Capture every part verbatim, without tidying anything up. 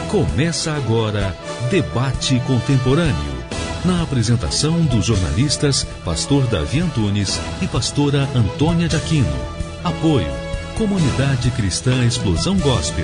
Começa agora Debate Contemporâneo. Na apresentação dos jornalistas Pastor Davi Antunes e Pastora Antônia de Aquino. Apoio: Comunidade Cristã Explosão Gospel.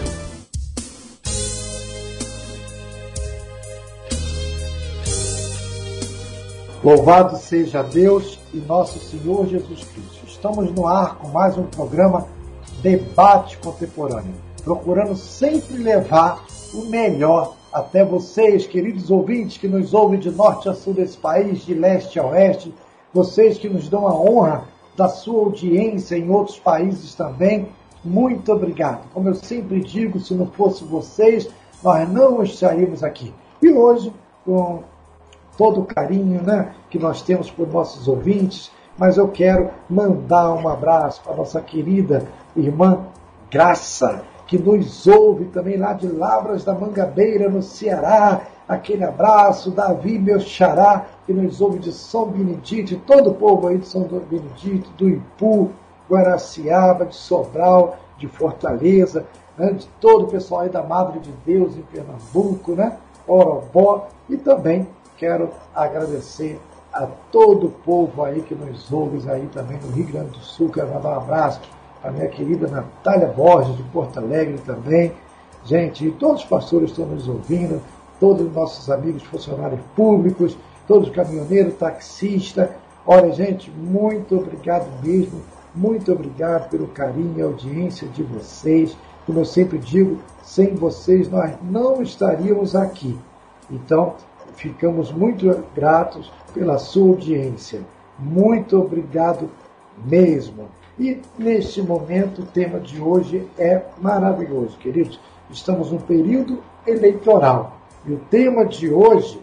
Louvado seja Deus e nosso Senhor Jesus Cristo. Estamos no ar com mais um programa Debate Contemporâneo, procurando sempre levar o melhor até vocês, queridos ouvintes que nos ouvem de norte a sul desse país, de leste a oeste, vocês que nos dão a honra da sua audiência em outros países também. Muito obrigado. Como eu sempre digo, se não fosse vocês, nós não estaríamos aqui. E hoje, com todo o carinho, né, que nós temos por nossos ouvintes, mas eu quero mandar um abraço para a nossa querida irmã Graça, que nos ouve também lá de Lavras da Mangabeira, no Ceará. Aquele abraço. Davi, meu xará, que nos ouve de São Benedito, todo o povo aí de São Benedito, do Ipu, Guaraciaba, de Sobral, de Fortaleza, né, de todo o pessoal aí da Madre de Deus em Pernambuco, né, Orobó, e também quero agradecer a todo o povo aí que nos ouve aí também no Rio Grande do Sul. Quero mandar um abraço a minha querida Natália Borges, de Porto Alegre também. Gente, e todos os pastores estão nos ouvindo, todos os nossos amigos funcionários públicos, todos os caminhoneiros, taxistas. Olha, gente, muito obrigado mesmo, muito obrigado pelo carinho e audiência de vocês. Como eu sempre digo, sem vocês nós não estaríamos aqui. Então, ficamos muito gratos pela sua audiência. Muito obrigado mesmo. E, neste momento, o tema de hoje é maravilhoso, queridos. Estamos num período eleitoral. E o tema de hoje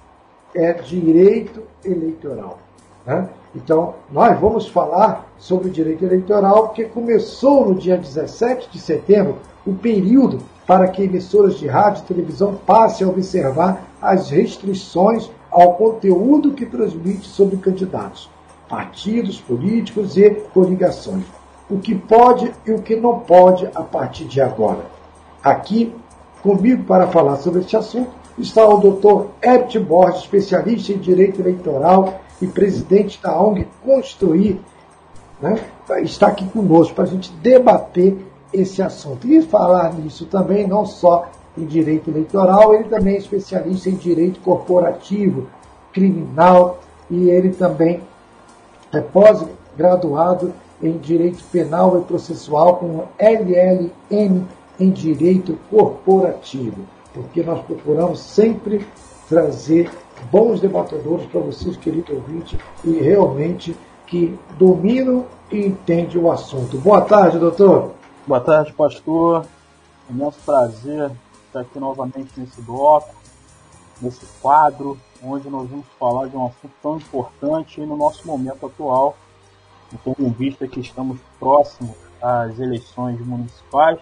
é direito eleitoral, né? Então, nós vamos falar sobre o direito eleitoral, porque começou no dia dezessete de setembro o período para que emissoras de rádio e televisão passem a observar as restrições ao conteúdo que transmite sobre candidatos, partidos políticos e coligações. O que pode e o que não pode a partir de agora. Aqui, comigo para falar sobre este assunto, está o doutor Herbert Borges, especialista em direito eleitoral e presidente da O N G Construir, né? Está aqui conosco para a gente debater esse assunto. E falar nisso também, não só em direito eleitoral, ele também é especialista em direito corporativo, criminal, e ele também é pós-graduado em Direito Penal e Processual com L L M em Direito Corporativo, porque nós procuramos sempre trazer bons debatedores para vocês, querido ouvinte, e realmente que dominam e entendem o assunto. Boa tarde, doutor. Boa tarde, pastor. É um imenso prazer estar aqui novamente nesse bloco, nesse quadro, onde nós vamos falar de um assunto tão importante no nosso momento atual, tendo em vista que estamos próximos às eleições municipais,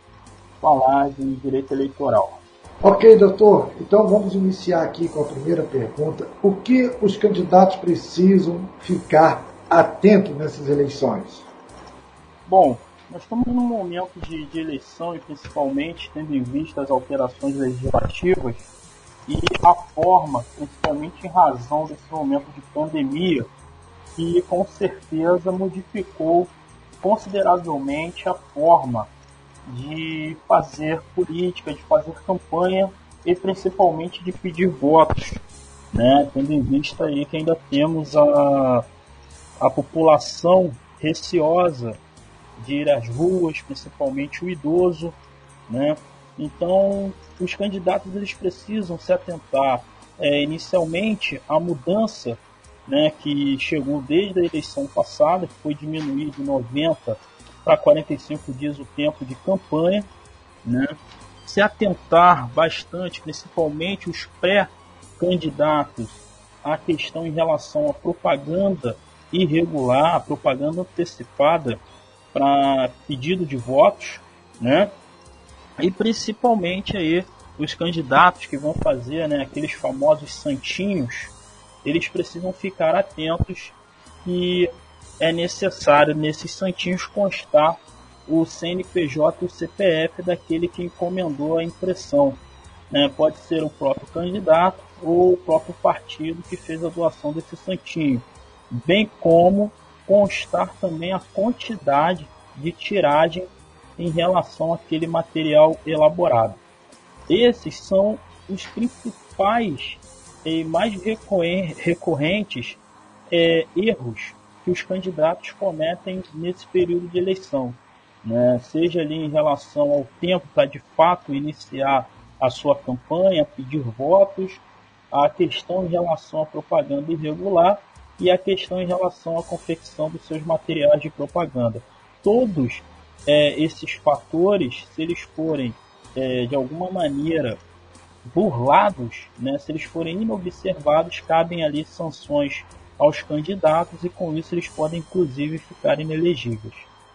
falar de direito eleitoral. Ok, doutor. Então vamos iniciar aqui com a primeira pergunta. O que os candidatos precisam ficar atentos nessas eleições? Bom, nós estamos num momento de, de eleição e principalmente tendo em vista as alterações legislativas e a forma, principalmente em razão desse momento de pandemia, que com certeza modificou consideravelmente a forma de fazer política, de fazer campanha e principalmente de pedir votos, né? Tendo em vista aí que ainda temos a, a população receosa de ir às ruas, principalmente o idoso, né? Então, os candidatos eles precisam se atentar é, inicialmente à mudança, né, que chegou desde a eleição passada, que foi diminuir de noventa para quarenta e cinco dias o tempo de campanha, né? Se atentar bastante, principalmente os pré-candidatos, à questão em relação à propaganda irregular, a propaganda antecipada para pedido de votos, né? E principalmente aí os candidatos que vão fazer, né, aqueles famosos santinhos, eles precisam ficar atentos que é necessário nesses santinhos constar o C N P J e o C P F daquele que encomendou a impressão, né, pode ser o próprio candidato ou o próprio partido que fez a doação desse santinho, bem como constar também a quantidade de tiragem em relação àquele material elaborado. Esses são os principais e mais recorrentes é, erros que os candidatos cometem nesse período de eleição, né? Seja ali em relação ao tempo para de fato iniciar a sua campanha, pedir votos, a questão em relação à propaganda irregular e a questão em relação à confecção dos seus materiais de propaganda. Todos é, esses fatores, se eles forem é, de alguma maneira burlados, né, se eles forem inobservados, cabem ali sanções aos candidatos e com isso eles podem inclusive ficar inelegíveis.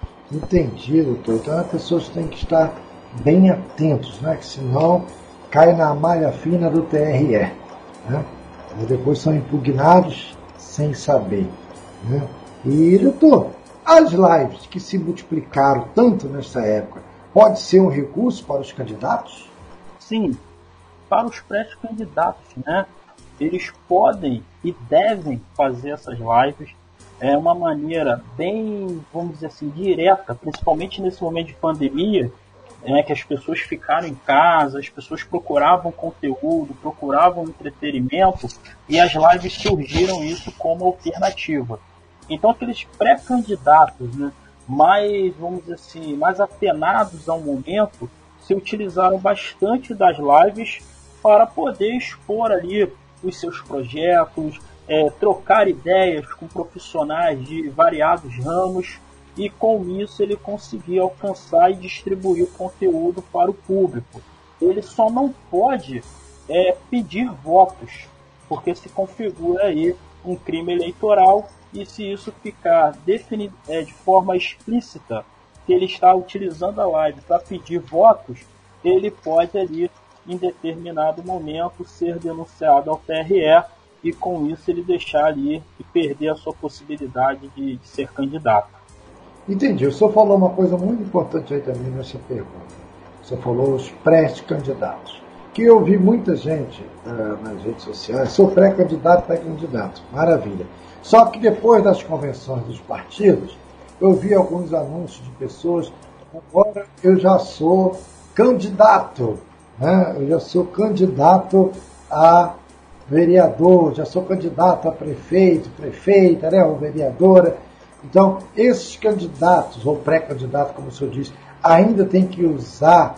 Entendi, doutor. Então as pessoas têm que estar bem atentos, né? Que senão cai na malha fina do T R E, né? E depois são impugnados sem saber, né? E, doutor, as lives que se multiplicaram tanto nessa época, pode ser um recurso para os candidatos? Sim, para os pré-candidatos, né? Eles podem e devem fazer essas lives. É uma maneira bem, vamos dizer assim, direta, principalmente nesse momento de pandemia, é, que as pessoas ficaram em casa, as pessoas procuravam conteúdo, procuravam entretenimento, e as lives surgiram isso como alternativa. Então aqueles pré-candidatos, né, mais, vamos dizer assim, mais atenados ao momento, se utilizaram bastante das lives para poder expor ali os seus projetos, é, trocar ideias com profissionais de variados ramos, e com isso ele conseguia alcançar e distribuir o conteúdo para o público. Ele só não pode é, pedir votos, porque se configura aí um crime eleitoral, e se isso ficar definido, é, de forma explícita que ele está utilizando a live para pedir votos, ele pode ali em determinado momento ser denunciado ao T R E e com isso ele deixar ali e perder a sua possibilidade de, de ser candidato. Entendi. O senhor falou uma coisa muito importante aí também nessa pergunta. O senhor falou os pré-candidatos. Que eu vi muita gente uh, nas redes sociais, sou pré-candidato, pré-candidato. Maravilha. Só que depois das convenções dos partidos, eu vi alguns anúncios de pessoas, agora eu já sou candidato. Né? Eu já sou candidato a vereador, já sou candidato a prefeito, prefeita, né? Ou vereadora. Então, esses candidatos, ou pré-candidato, como o senhor disse, ainda tem que usar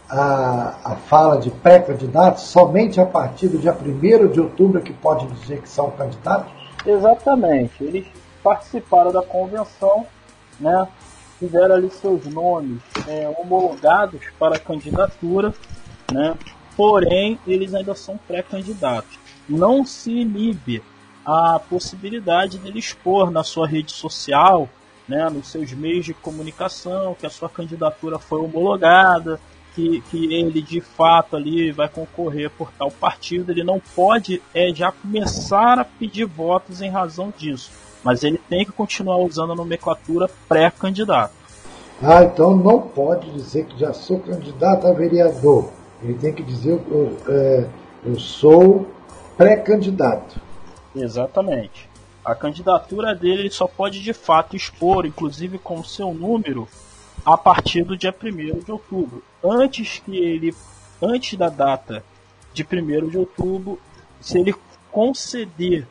a, a fala de pré-candidato somente a partir do dia primeiro de outubro que pode dizer que são candidatos? Exatamente. Eles participaram da convenção, né? Tiveram ali seus nomes é, homologados para a candidatura, né? Porém, eles ainda são pré-candidatos. Não se inibe a possibilidade dele expor na sua rede social, né, nos seus meios de comunicação, que a sua candidatura foi homologada, que, que ele de fato ali vai concorrer por tal partido. Ele não pode é, já começar a pedir votos em razão disso, mas ele tem que continuar usando a nomenclatura pré-candidato. Ah, então não pode dizer que já sou candidato a vereador. Ele tem que dizer que eu, é, eu sou pré-candidato. Exatamente. A candidatura dele ele só pode de fato expor, inclusive com o seu número, a partir do dia primeiro de outubro. Antes que ele, antes da data de primeiro de outubro, se ele conceder,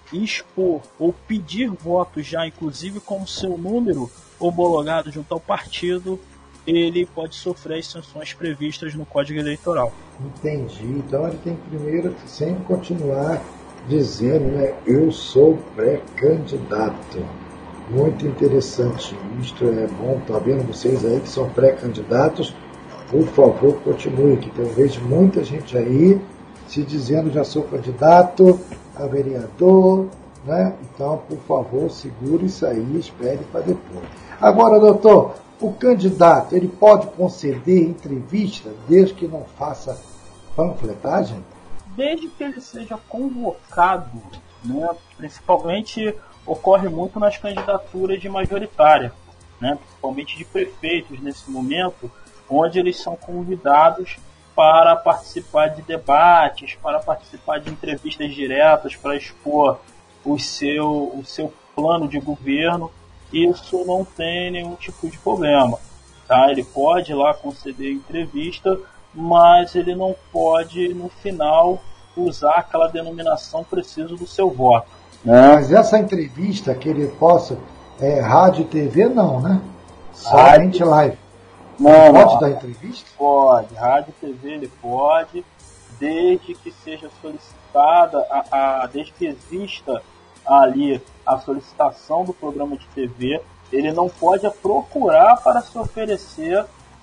expor ou pedir votos já, inclusive com o seu número homologado junto ao partido, ele pode sofrer as sanções previstas no Código Eleitoral. Entendi. Então ele tem que primeiro sempre continuar dizendo, né, eu sou pré-candidato. Muito interessante. Isto é bom. Tá vendo vocês aí que são pré-candidatos? Por favor, continue, que eu vejo muita gente aí se dizendo já sou candidato a vereador, né? Então, por favor, segure isso aí, espere para depois. Agora, doutor, o candidato, ele pode conceder entrevista desde que não faça panfletagem? Desde que ele seja convocado, né? Principalmente ocorre muito nas candidaturas de majoritária, né? Principalmente de prefeitos nesse momento, onde eles são convidados para participar de debates, para participar de entrevistas diretas, para expor o seu, o seu plano de governo. Isso não tem nenhum tipo de problema. Tá? Ele pode ir lá conceder entrevista, mas ele não pode, no final, usar aquela denominação preciso do seu voto. Né? Mas essa entrevista que ele possa, é, rádio e T V não, né? Somente live. Não, ele não, pode dar entrevista? Pode, rádio e T V ele pode, desde que seja solicitada, a, a, desde que exista ali a solicitação do programa de T V, ele não pode procurar para se oferecer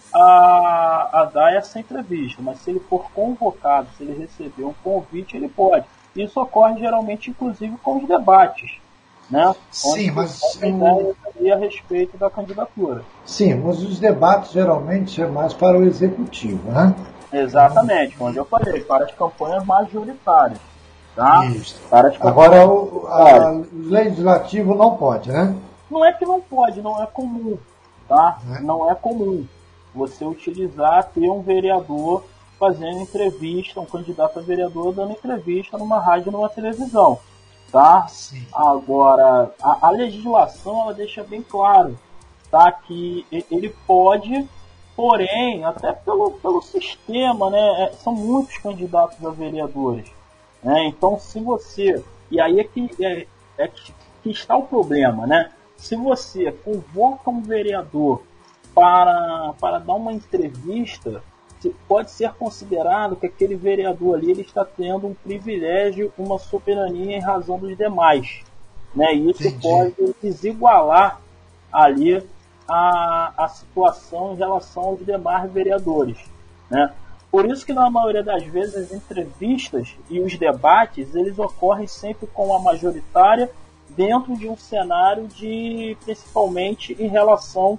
a, a dar essa entrevista, mas se ele for convocado, se ele receber um convite, ele pode. Isso ocorre geralmente, inclusive, com os debates, né? Sim, mas e a respeito da candidatura. Sim, mas os debates geralmente é mais para o executivo, né? Exatamente, onde eu falei, para as campanhas majoritárias. Tá? Isso. Para as campanhas... Agora o, a, o legislativo não pode, né? Não é que não pode, não é comum, tá? É. Não é comum você utilizar, ter um vereador fazendo entrevista, um candidato a vereador dando entrevista numa rádio, numa televisão, tá? Sim. Agora, a, a legislação, ela deixa bem claro, tá? Que ele pode, porém, até pelo, pelo sistema, né? São muitos candidatos a vereadores, né? Então, se você... E aí é que, é, é que está o problema, né? Se você convoca um vereador para, para dar uma entrevista, pode ser considerado que aquele vereador ali ele está tendo um privilégio, uma soberania em razão dos demais, né? E isso Entendi. Pode desigualar ali a, a situação em relação aos demais vereadores, né? Por isso que na maioria das vezes as entrevistas e os debates eles ocorrem sempre com a majoritária dentro de um cenário de, principalmente em relação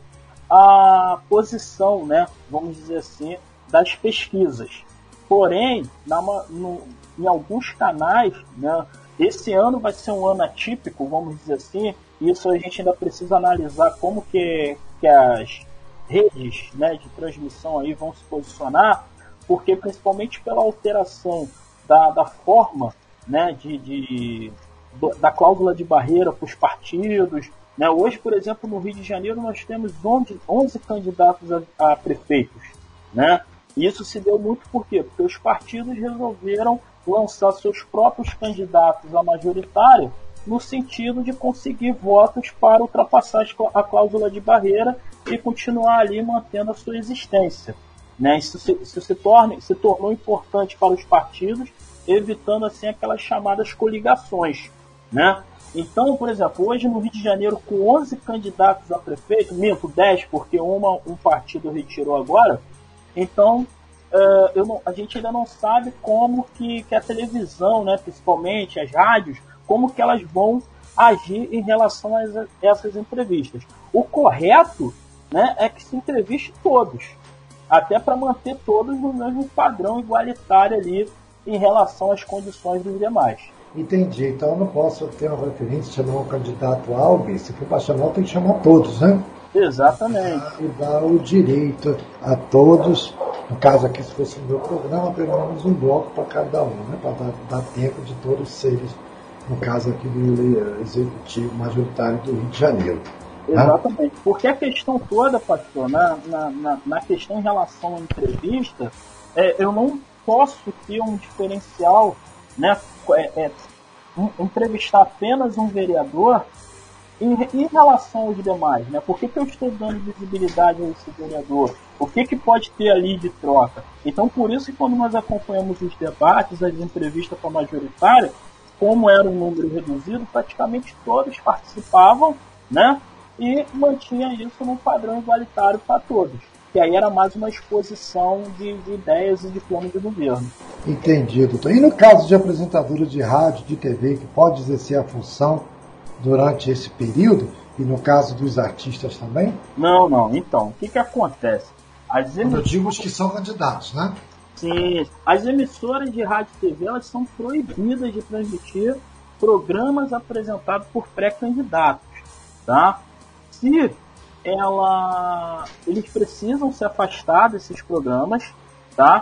à posição, né, vamos dizer assim, das pesquisas. Porém, na, no, em alguns canais, né, esse ano vai ser um ano atípico, vamos dizer assim, e isso a gente ainda precisa analisar como que, que as redes, né, de transmissão aí vão se posicionar, porque principalmente pela alteração da, da forma, né, de, de, da cláusula de barreira para os partidos, né? Hoje, por exemplo, no Rio de Janeiro nós temos onze candidatos a, a prefeitos, né? E isso se deu muito por quê? Porque os partidos resolveram lançar seus próprios candidatos à majoritária no sentido de conseguir votos para ultrapassar a cláusula de barreira e continuar ali mantendo a sua existência, né? Isso, se, isso se, torne, se tornou importante para os partidos, evitando assim aquelas chamadas coligações, né? Então, por exemplo, hoje no Rio de Janeiro, com onze candidatos a prefeito, minto, dez, porque uma, um partido retirou agora, então uh, eu não, a gente ainda não sabe como que, que a televisão, né, principalmente as rádios, como que elas vão agir em relação a essas entrevistas. O correto, né, é que se entreviste todos, até para manter todos no mesmo padrão igualitário ali em relação às condições dos demais. Entendi, então eu não posso ter uma preferência, chamar um candidato A ou B. Se for para chamar, tem que chamar todos, né? Exatamente. E dar o direito a todos, no caso aqui, se fosse no meu programa, pelo menos um bloco para cada um, né? Para dar, dar tempo de todos serem, no caso aqui do Executivo Majoritário do Rio de Janeiro. Exatamente, né? Porque a questão toda, pastor, na, na, na, na questão em relação à entrevista, é, eu não posso ter um diferencial, né, é, é, um, entrevistar apenas um vereador em, em relação aos demais, né? Por que, que eu estou dando visibilidade a esse vereador? O que, que pode ter ali de troca? Então, por isso que quando nós acompanhamos os debates, as entrevistas com a majoritária, como era um número reduzido, praticamente todos participavam, né? E mantinha isso num padrão igualitário para todos. Que aí era mais uma exposição de, de ideias e de plano de governo. Entendi, doutor. E no caso de apresentadores de rádio, de T V, que pode exercer a função durante esse período, e no caso dos artistas também? Não, não. Então, o que, que acontece? As emissoras... Eu digo os que são candidatos, né? Sim. As emissoras de rádio e T V, elas são proibidas de transmitir programas apresentados por pré-candidatos, tá? Se ela, eles precisam se afastar desses programas, tá?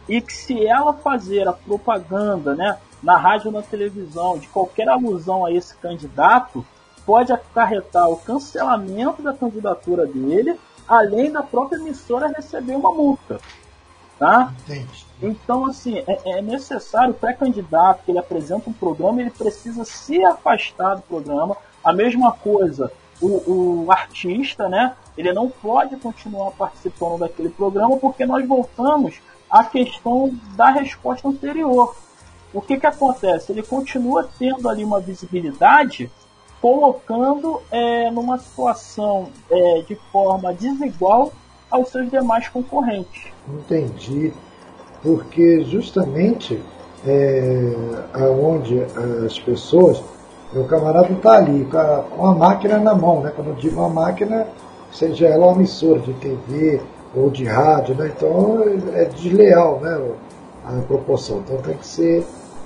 e que se ela fazer a propaganda, né, na rádio ou na televisão de qualquer alusão a esse candidato, pode acarretar o cancelamento da candidatura dele, além da própria emissora receber uma multa. Tá? Entendi. Então, assim, é, é necessário, o pré-candidato que ele apresenta um programa, ele precisa se afastar do programa. A mesma coisa, o, o artista, né? Ele não pode continuar participando daquele programa, porque nós voltamos à questão da resposta anterior. O que que acontece? Ele continua tendo ali uma visibilidade, colocando é, numa situação é, de forma desigual aos seus demais concorrentes. Entendi. Porque justamente é, aonde as pessoas, o camarada está ali com a, com a máquina na mão, né? Quando eu digo uma máquina, seja ela uma emissora de T V ou de rádio, né? Então é desleal, né? A proporção. Então tem que ser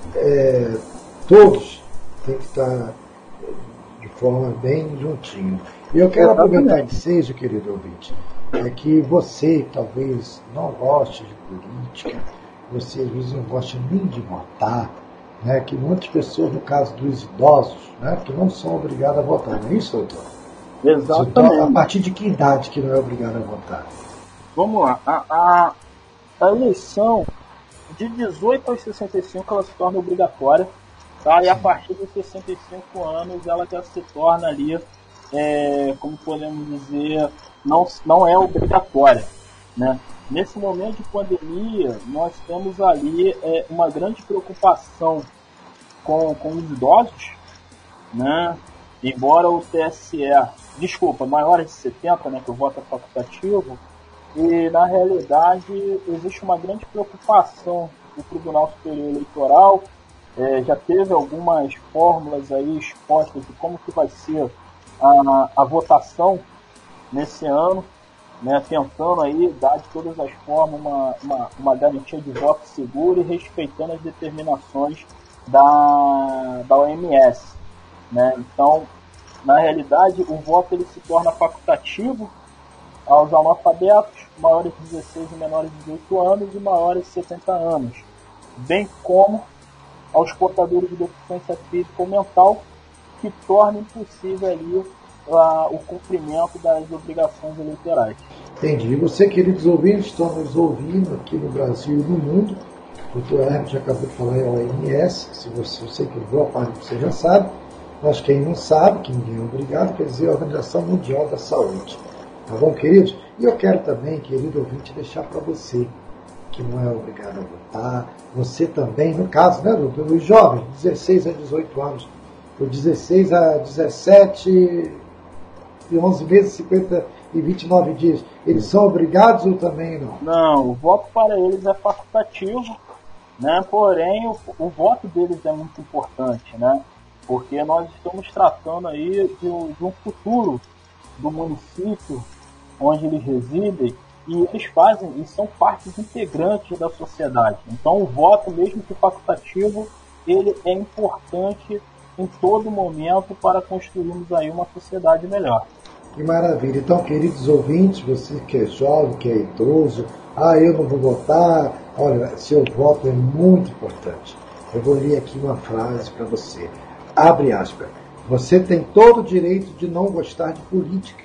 é, todos tem que estar de forma bem juntinho. E eu quero aproveitar de seja, querido ouvinte, é que você talvez não goste de política, você às vezes não gosta nem de votar, né? Que muitas pessoas, no caso dos idosos, né? Que não são obrigados a votar, não é isso, doutor? Exatamente. Então, a partir de que idade que não é obrigado a votar? Vamos lá, a, a, a eleição de dezoito aos sessenta e cinco ela se torna obrigatória, tá? E a partir dos sessenta e cinco anos ela já se torna ali, é, como podemos dizer, não, não é obrigatória, né? Nesse momento de pandemia, nós temos ali é, uma grande preocupação com, com os idosos, né? Embora o T S E, desculpa, maiores de setenta, né, que o voto é facultativo, e na realidade existe uma grande preocupação do Tribunal Superior Eleitoral, é, já teve algumas fórmulas aí expostas de como que vai ser a, a votação nesse ano, né, tentando aí dar de todas as formas uma, uma, uma garantia de voto seguro e respeitando as determinações da, da O M S, né? Então, na realidade, o voto ele se torna facultativo aos analfabetos, maiores de dezesseis e menores de dezoito anos e maiores de setenta anos, bem como aos portadores de deficiência física ou mental, que torna impossível ali Uh, o cumprimento das obrigações eleitorais. Entendi. E você, queridos ouvintes, estão nos ouvindo aqui no Brasil e no mundo. O doutor Hermes acabou de falar em O M S, se você, você que boa parte você já sabe, mas quem não sabe, que ninguém é obrigado, quer dizer a Organização Mundial da Saúde. Tá bom, queridos? E eu quero também, querido ouvinte, deixar para você que não é obrigado a votar, você também, no caso, né, doutor, os jovens, dezesseis a dezoito anos, por dezesseis a dezessete e onze meses, cinquenta e vinte e nove dias, eles são obrigados ou também não? Não, o voto para eles é facultativo, né? Porém o, o voto deles é muito importante, né? Porque nós estamos tratando aí de, de um futuro do município onde eles residem e eles fazem e são partes integrantes da sociedade. Então o voto, mesmo que facultativo, ele é importante em todo momento para construirmos aí uma sociedade melhor. Que maravilha. Então, queridos ouvintes, você que é jovem, que é idoso, ah, eu não vou votar, olha, seu voto é muito importante. Eu vou ler aqui uma frase para você. Abre aspas. Você tem todo o direito de não gostar de política,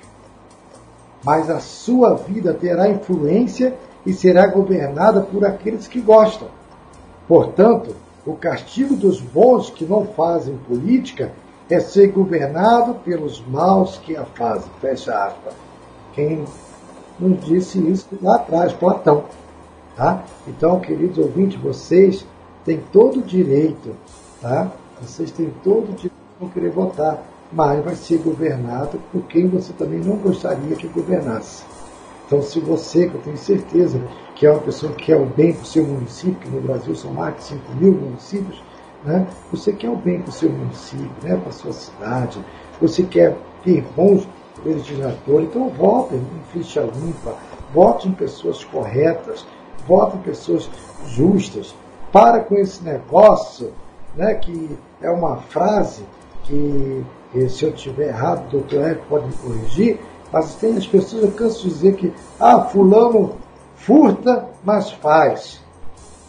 mas a sua vida terá influência e será governada por aqueles que gostam. Portanto, o castigo dos bons que não fazem política é ser governado pelos maus que a fazem. Fecha aspas. Quem nos disse isso lá atrás, Platão. Tá? Então, queridos ouvintes, vocês têm todo o direito, tá? Vocês têm todo o direito de não querer votar, mas vai ser governado por quem você também não gostaria que governasse. Então, se você, que eu tenho certeza que é uma pessoa que quer o bem para o seu município, que no Brasil são mais de cinco mil municípios, né? Você quer o bem para o seu município, né? Para a sua cidade, você quer ter bons legisladores, então votem em ficha limpa, votem em pessoas corretas, votem em pessoas justas, para com esse negócio, né? Que é uma frase que, se eu estiver errado, o doutor Eric pode me corrigir, mas tem as pessoas, eu canso de dizer que, ah, fulano furta, mas faz.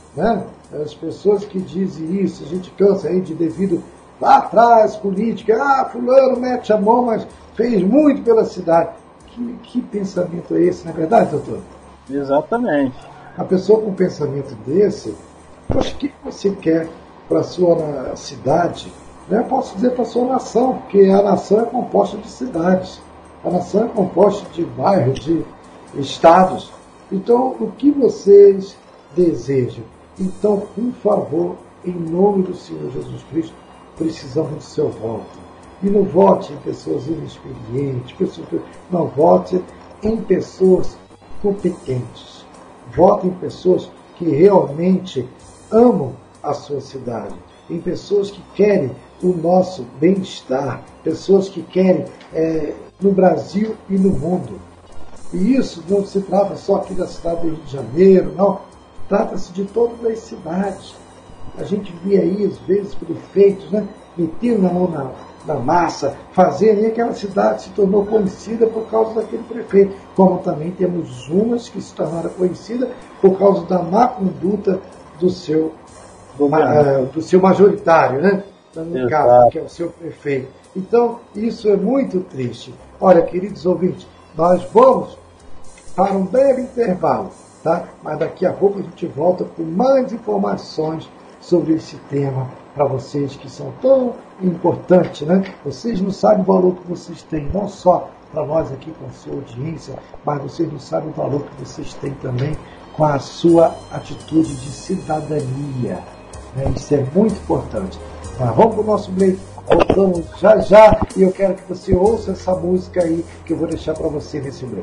né? As pessoas que dizem isso, a gente cansa aí de devido lá atrás, política, ah, fulano mete a mão, mas fez muito pela cidade. Que, que pensamento é esse, não é verdade, doutor? Exatamente. A pessoa com um pensamento desse, poxa, o que você quer para a sua cidade? Eu posso dizer para a sua nação, porque a nação é composta de cidades, a nação é composta de bairros, de estados. Então, o que vocês desejam? Então, por favor, em nome do Senhor Jesus Cristo, precisamos do seu voto. E não vote em pessoas inexperientes, pessoas, não vote em pessoas competentes. Vote em pessoas que realmente amam a sua cidade, em pessoas que querem o nosso bem-estar, pessoas que querem é, no Brasil e no mundo. E isso não se trata só aqui da cidade do Rio de Janeiro, não. Trata-se de todas as cidades. A gente vê aí, às vezes, prefeitos, né, metendo a mão na, na massa, fazendo, e aquela cidade se tornou conhecida por causa daquele prefeito. Como também temos umas que se tornaram conhecidas por causa da má conduta do seu, uh, do seu majoritário, né? No caso, que é o seu prefeito. Então, isso é muito triste. Olha, queridos ouvintes, nós vamos para um breve intervalo, tá? Mas daqui a pouco a gente volta com mais informações sobre esse tema para vocês que são tão importantes, né? Vocês não sabem o valor que vocês têm, não só para nós aqui com a sua audiência, mas vocês não sabem o valor que vocês têm também com a sua atitude de cidadania, né? Isso é muito importante. Mas vamos para o nosso break, voltamos já já, e eu quero que você ouça essa música aí que eu vou deixar para você nesse break.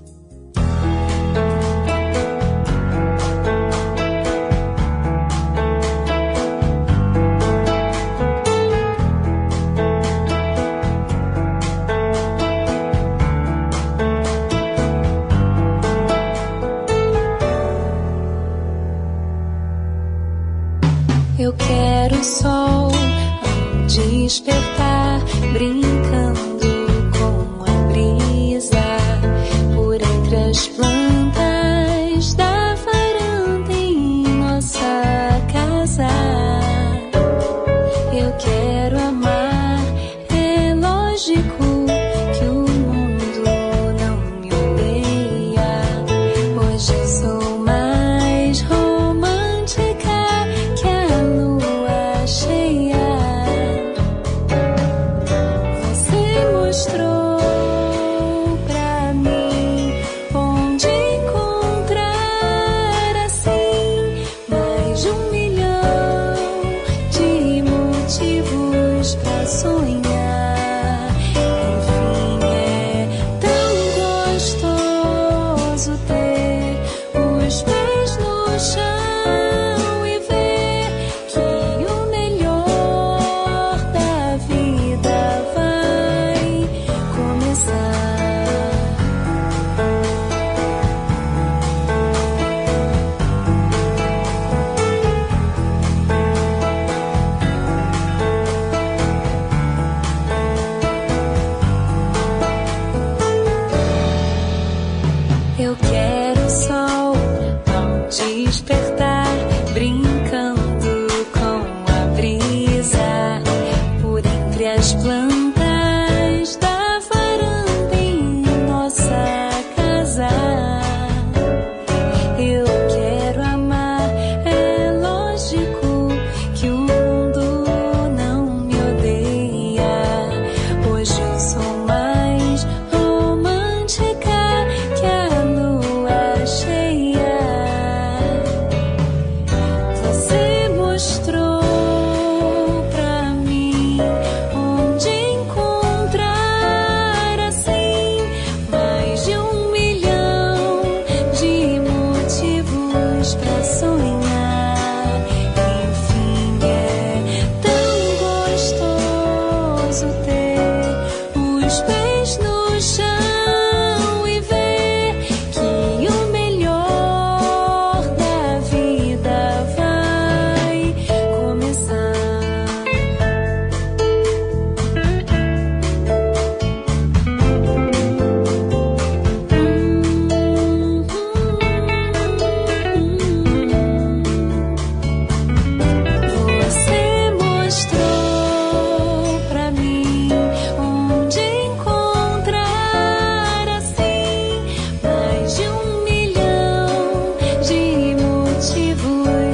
Eu quero o sol despertar, brincando com a brisa, por entre as plantas da varanda em nossa casa. Eu quero amar, é lógico que o mundo não me odeia. Hoje sou mais romântica que a lua cheia. Você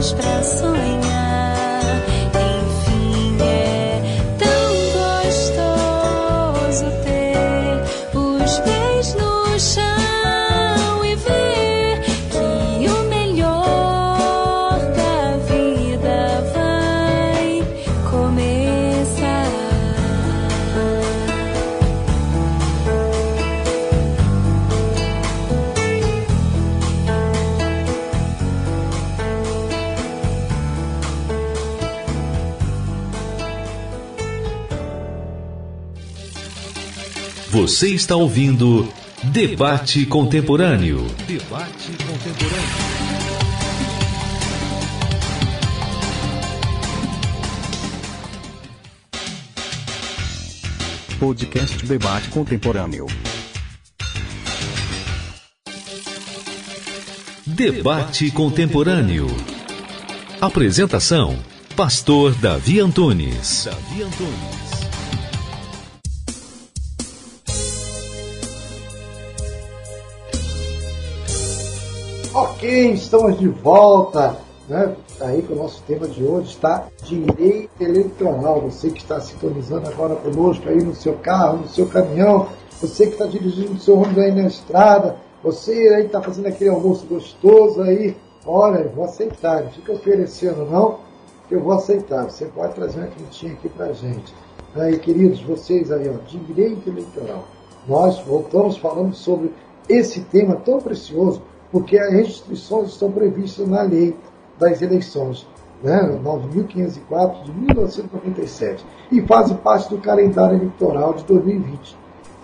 asas pra sonhar. Enfim, é tão gostoso ter os pés no chão e ver que o melhor da vida vai começar. Você está ouvindo Debate Contemporâneo. Debate Contemporâneo. Podcast Debate Contemporâneo. Debate Contemporâneo. Apresentação: Pastor Davi Antunes. Davi Antunes. Ok, estamos de volta, né? Aí que o nosso tema de hoje está direito eleitoral. Você que está sintonizando agora conosco aí no seu carro, no seu caminhão, você que está dirigindo o seu ônibus aí na estrada, você aí está fazendo aquele almoço gostoso aí, olha, eu vou aceitar, não fica oferecendo não, que eu vou aceitar. Você pode trazer uma quentinha aqui pra gente. Aí, queridos, vocês aí, ó, direito eleitoral. Nós voltamos falando sobre esse tema tão precioso, porque as restrições estão previstas na lei das eleições, né, nove mil quinhentos e quatro de mil novecentos e noventa e sete, e fazem parte do calendário eleitoral de dois mil e vinte.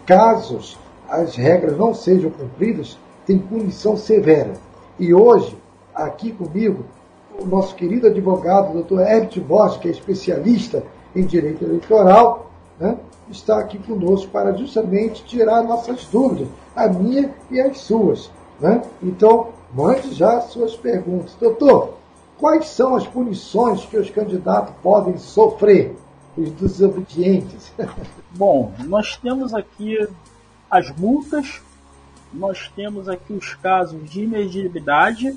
Casos as regras não sejam cumpridas, tem punição severa. E hoje, aqui comigo, o nosso querido advogado, doutor Herbert Borges, que é especialista em direito eleitoral, né, está aqui conosco para justamente tirar nossas dúvidas, a minha e as suas. Né? Então, mande já as suas perguntas. Doutor, quais são as punições que os candidatos podem sofrer, os desobedientes? Bom, nós temos aqui as multas, nós temos aqui os casos de inelegibilidade,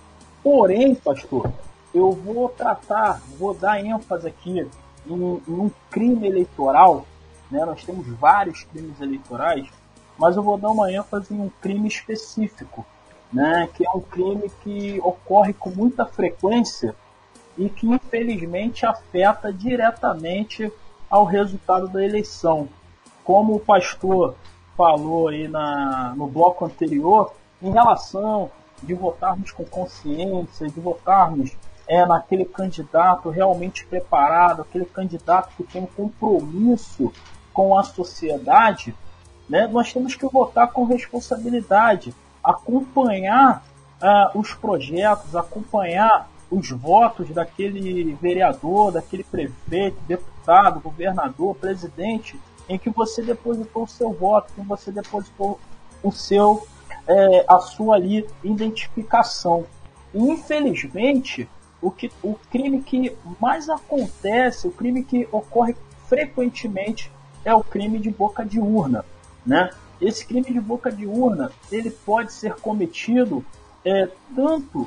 porém, pastor, eu vou tratar, vou dar ênfase aqui em, em um crime eleitoral, né? Nós temos vários crimes eleitorais, mas eu vou dar uma ênfase em um crime específico, né, que é um crime que ocorre com muita frequência e que infelizmente afeta diretamente ao resultado da eleição. Como o pastor falou aí na, no bloco anterior, em relação de votarmos com consciência, de votarmos é, naquele candidato realmente preparado, aquele candidato que tem um compromisso com a sociedade, né, nós temos que votar com responsabilidade, acompanhar uh, os projetos, acompanhar os votos daquele vereador, daquele prefeito, deputado, governador, presidente, em que você depositou o seu voto, em que você depositou o seu, é, a sua ali, identificação. E, infelizmente, o, que, o crime que mais acontece, o crime que ocorre frequentemente é o crime de boca de urna. Né? Esse crime de boca de urna ele pode ser cometido é, tanto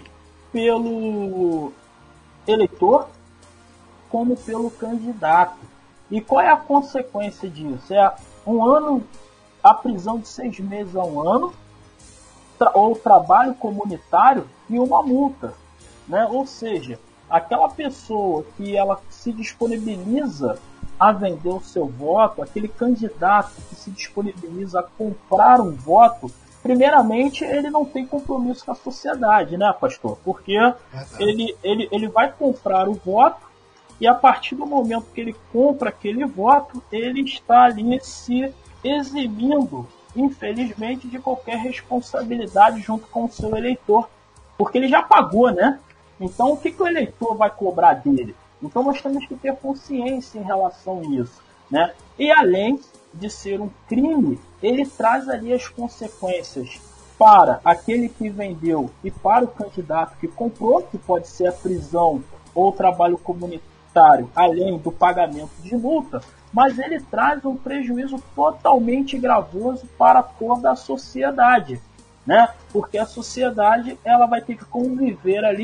pelo eleitor como pelo candidato. E qual é a consequência disso? É um ano, a prisão de seis meses a um ano, tra- ou trabalho comunitário e uma multa. Né? Ou seja, aquela pessoa que ela se disponibiliza a vender o seu voto, aquele candidato que se disponibiliza a comprar um voto, primeiramente ele não tem compromisso com a sociedade, né, pastor? Porque ele, ele, ele vai comprar o voto e a partir do momento que ele compra aquele voto, ele está ali se eximindo, infelizmente, de qualquer responsabilidade junto com o seu eleitor, porque ele já pagou, né? Então o que, que o eleitor vai cobrar dele? Então nós temos que ter consciência em relação a isso, né? E além de ser um crime, ele traz ali as consequências para aquele que vendeu e para o candidato que comprou, que pode ser a prisão ou o trabalho comunitário, além do pagamento de multa, mas ele traz um prejuízo totalmente gravoso para toda a sociedade, né? Porque a sociedade ela vai ter que conviver ali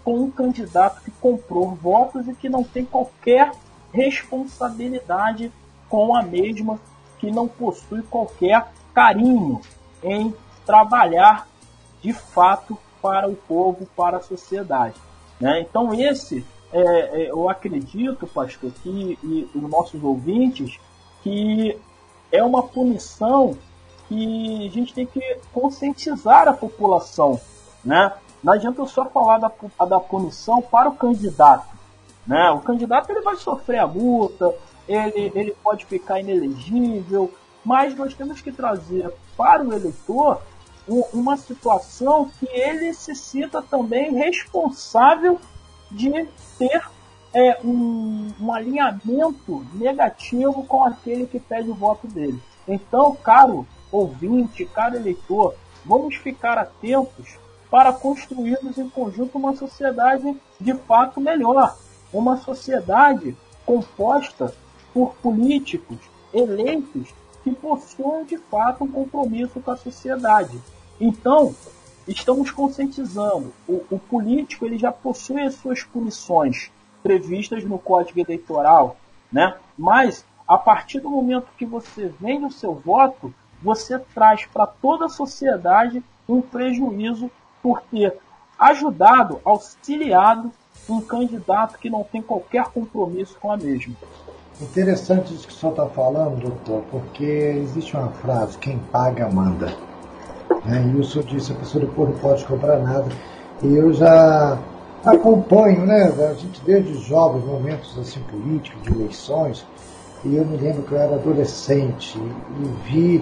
com um candidato que comprou votos e que não tem qualquer responsabilidade com a mesma, que não possui qualquer carinho em trabalhar de fato para o povo, para a sociedade. Né? Então esse, é, é, eu acredito, pastor, que, e os nossos ouvintes, que é uma punição que a gente tem que conscientizar a população. Né? Não adianta eu só falar da, da punição para o candidato. Né? O candidato ele vai sofrer a multa, ele, ele pode ficar inelegível, mas nós temos que trazer para o eleitor uma situação que ele se sinta também responsável de ter é, um, um alinhamento negativo com aquele que pede o voto dele. Então, caro ouvinte, caro eleitor, vamos ficar atentos para construirmos em conjunto uma sociedade de fato melhor, uma sociedade composta por políticos eleitos que possuam de fato um compromisso com a sociedade. Então, estamos conscientizando, o, o político ele já possui as suas punições previstas no Código Eleitoral, né? Mas, a partir do momento que você vende o seu voto, você traz para toda a sociedade um prejuízo por ter ajudado, auxiliado um candidato que não tem qualquer compromisso com a mesma. Interessante isso que o senhor está falando, doutor, porque existe uma frase, quem paga manda. Né? E o senhor disse, a pessoa depois não pode cobrar nada. E eu já acompanho, né, a gente desde jovens, momentos assim políticos, de eleições, e eu me lembro que eu era adolescente e vi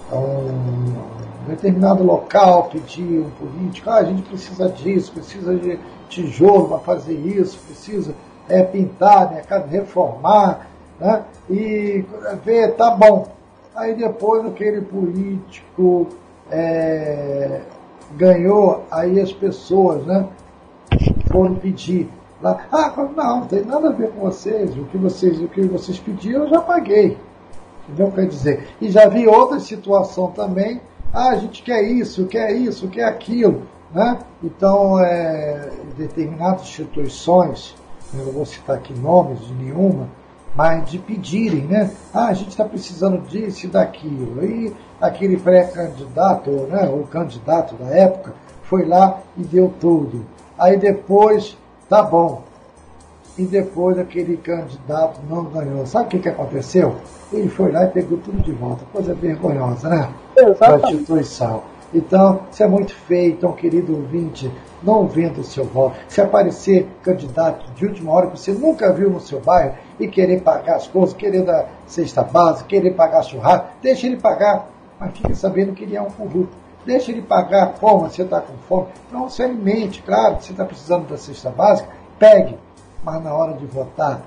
um determinado local pedir um político, ah, a gente precisa disso, precisa de tijolo para fazer isso, precisa é, pintar, né, reformar, né, e ver, tá bom. Aí depois aquele político é, ganhou, aí as pessoas, né, foram pedir lá, ah, não, não tem nada a ver com vocês, o que vocês, o que vocês pediram eu já paguei. Entendeu? Quer dizer, e já vi outra situação também, ah, a gente quer isso, quer isso, quer aquilo, né? Então, é, determinadas instituições, eu não vou citar aqui nomes de nenhuma, mas de pedirem, né? Ah, a gente está precisando disso e daquilo. E aquele pré-candidato, né, o candidato da época, foi lá e deu tudo. Aí depois, tá bom. E depois aquele candidato não ganhou. Sabe o que, que aconteceu? Ele foi lá e pegou tudo de volta. Coisa vergonhosa, né? Para a instituição. Então, isso é muito feio. Então, querido ouvinte, não venda o seu voto. Se aparecer candidato de última hora que você nunca viu no seu bairro e querer pagar as coisas, querer dar cesta básica, querer pagar churrasco, deixa ele pagar. Mas fique sabendo que ele é um corrupto. Deixa ele pagar a fome, você está com fome. Não se alimente, claro, você está precisando da cesta básica, pegue. Mas na hora de votar,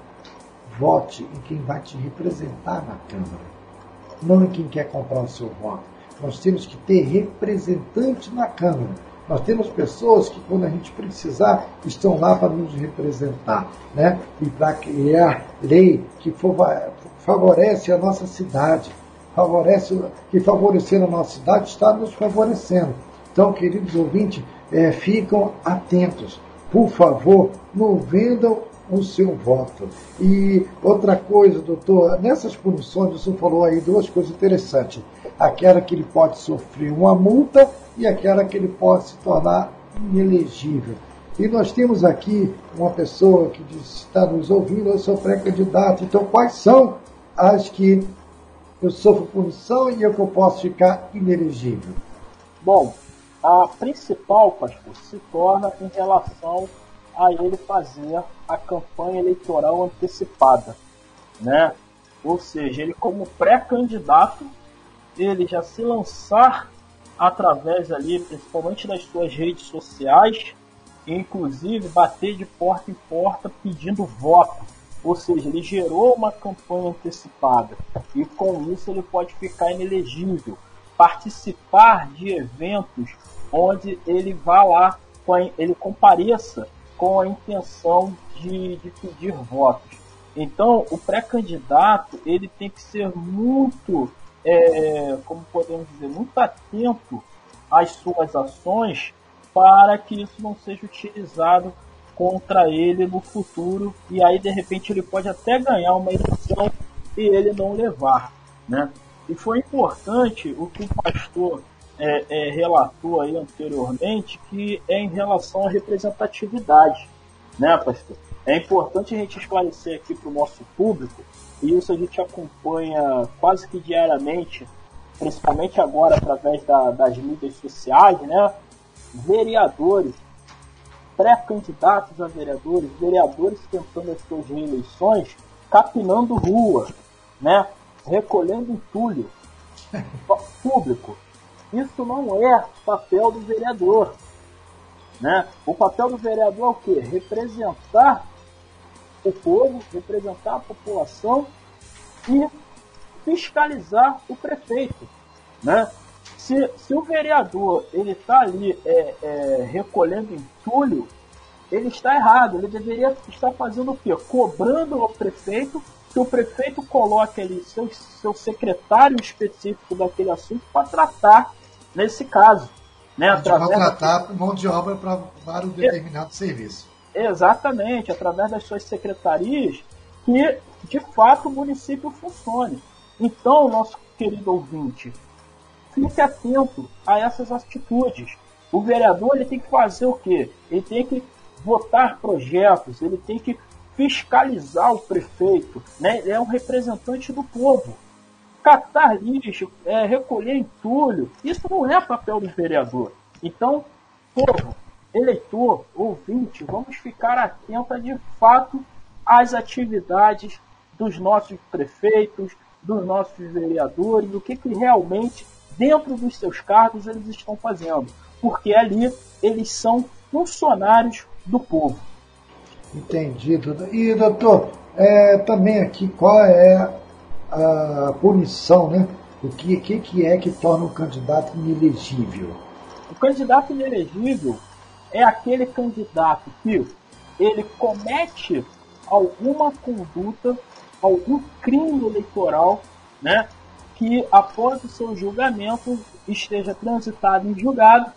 vote em quem vai te representar na Câmara, não em quem quer comprar o seu voto. Nós temos que ter representante na Câmara. Nós temos pessoas que, quando a gente precisar, estão lá para nos representar, né? E para criar lei que for, favorece a nossa cidade, favorece, que favorecer a nossa cidade está nos favorecendo. Então, queridos ouvintes, é, ficam atentos. Por favor, não vendam o seu voto. E outra coisa, doutor, nessas punições, o senhor falou aí duas coisas interessantes. Aquela que ele pode sofrer uma multa e aquela que ele pode se tornar inelegível. E nós temos aqui uma pessoa que diz, está nos ouvindo, eu sou pré-candidato. Então, quais são as que eu sofro punição e eu que eu posso ficar inelegível? Bom, a principal, pastor, se torna em relação a ele fazer a campanha eleitoral antecipada, né? Ou seja, ele como pré-candidato, ele já se lançar através ali, principalmente das suas redes sociais, e inclusive bater de porta em porta pedindo voto. Ou seja, ele gerou uma campanha antecipada e com isso ele pode ficar inelegível. Participar de eventos onde ele vá lá, ele compareça com a intenção de, de pedir votos. Então, o pré-candidato ele tem que ser muito, é, como podemos dizer, muito atento às suas ações para que isso não seja utilizado contra ele no futuro, e aí de repente ele pode até ganhar uma eleição e ele não levar, né? E foi importante o que o pastor é, é, relatou aí anteriormente, que é em relação à representatividade, né, pastor? É importante a gente esclarecer aqui para o nosso público, e isso a gente acompanha quase que diariamente, principalmente agora através da, das mídias sociais, né? Vereadores, pré-candidatos a vereadores, vereadores tentando as suas reeleições, capinando rua, né? Recolhendo entulho público. Isso não é papel do vereador, né? O papel do vereador é o quê? Representar o povo, representar a população e fiscalizar o prefeito, né? Se, se o vereador ele está ali é, é, recolhendo entulho, ele está errado. Ele deveria estar fazendo o quê? Cobrando ao prefeito que o prefeito coloque ali seu, seu secretário específico daquele assunto para tratar nesse caso, né? Através contratar da... mão de obra para um determinado é, serviço. Exatamente, através das suas secretarias, que de fato o município funcione. Então, nosso querido ouvinte, fique atento a essas atitudes. O vereador ele tem que fazer o quê? Ele tem que votar projetos, ele tem que fiscalizar o prefeito, né? Ele é um representante do povo. Catar lixo, é, recolher entulho, isso não é papel do vereador. Então, povo, eleitor, ouvinte, vamos ficar atentos de fato às atividades dos nossos prefeitos, dos nossos vereadores, o que, que realmente, dentro dos seus cargos, eles estão fazendo. Porque ali eles são funcionários do povo. Entendido. E, doutor, é, também aqui, qual é a punição, né? O que, que, que é que torna o candidato inelegível? O candidato inelegível é aquele candidato que ele comete alguma conduta, algum crime eleitoral, né, que após o seu julgamento esteja transitado em julgado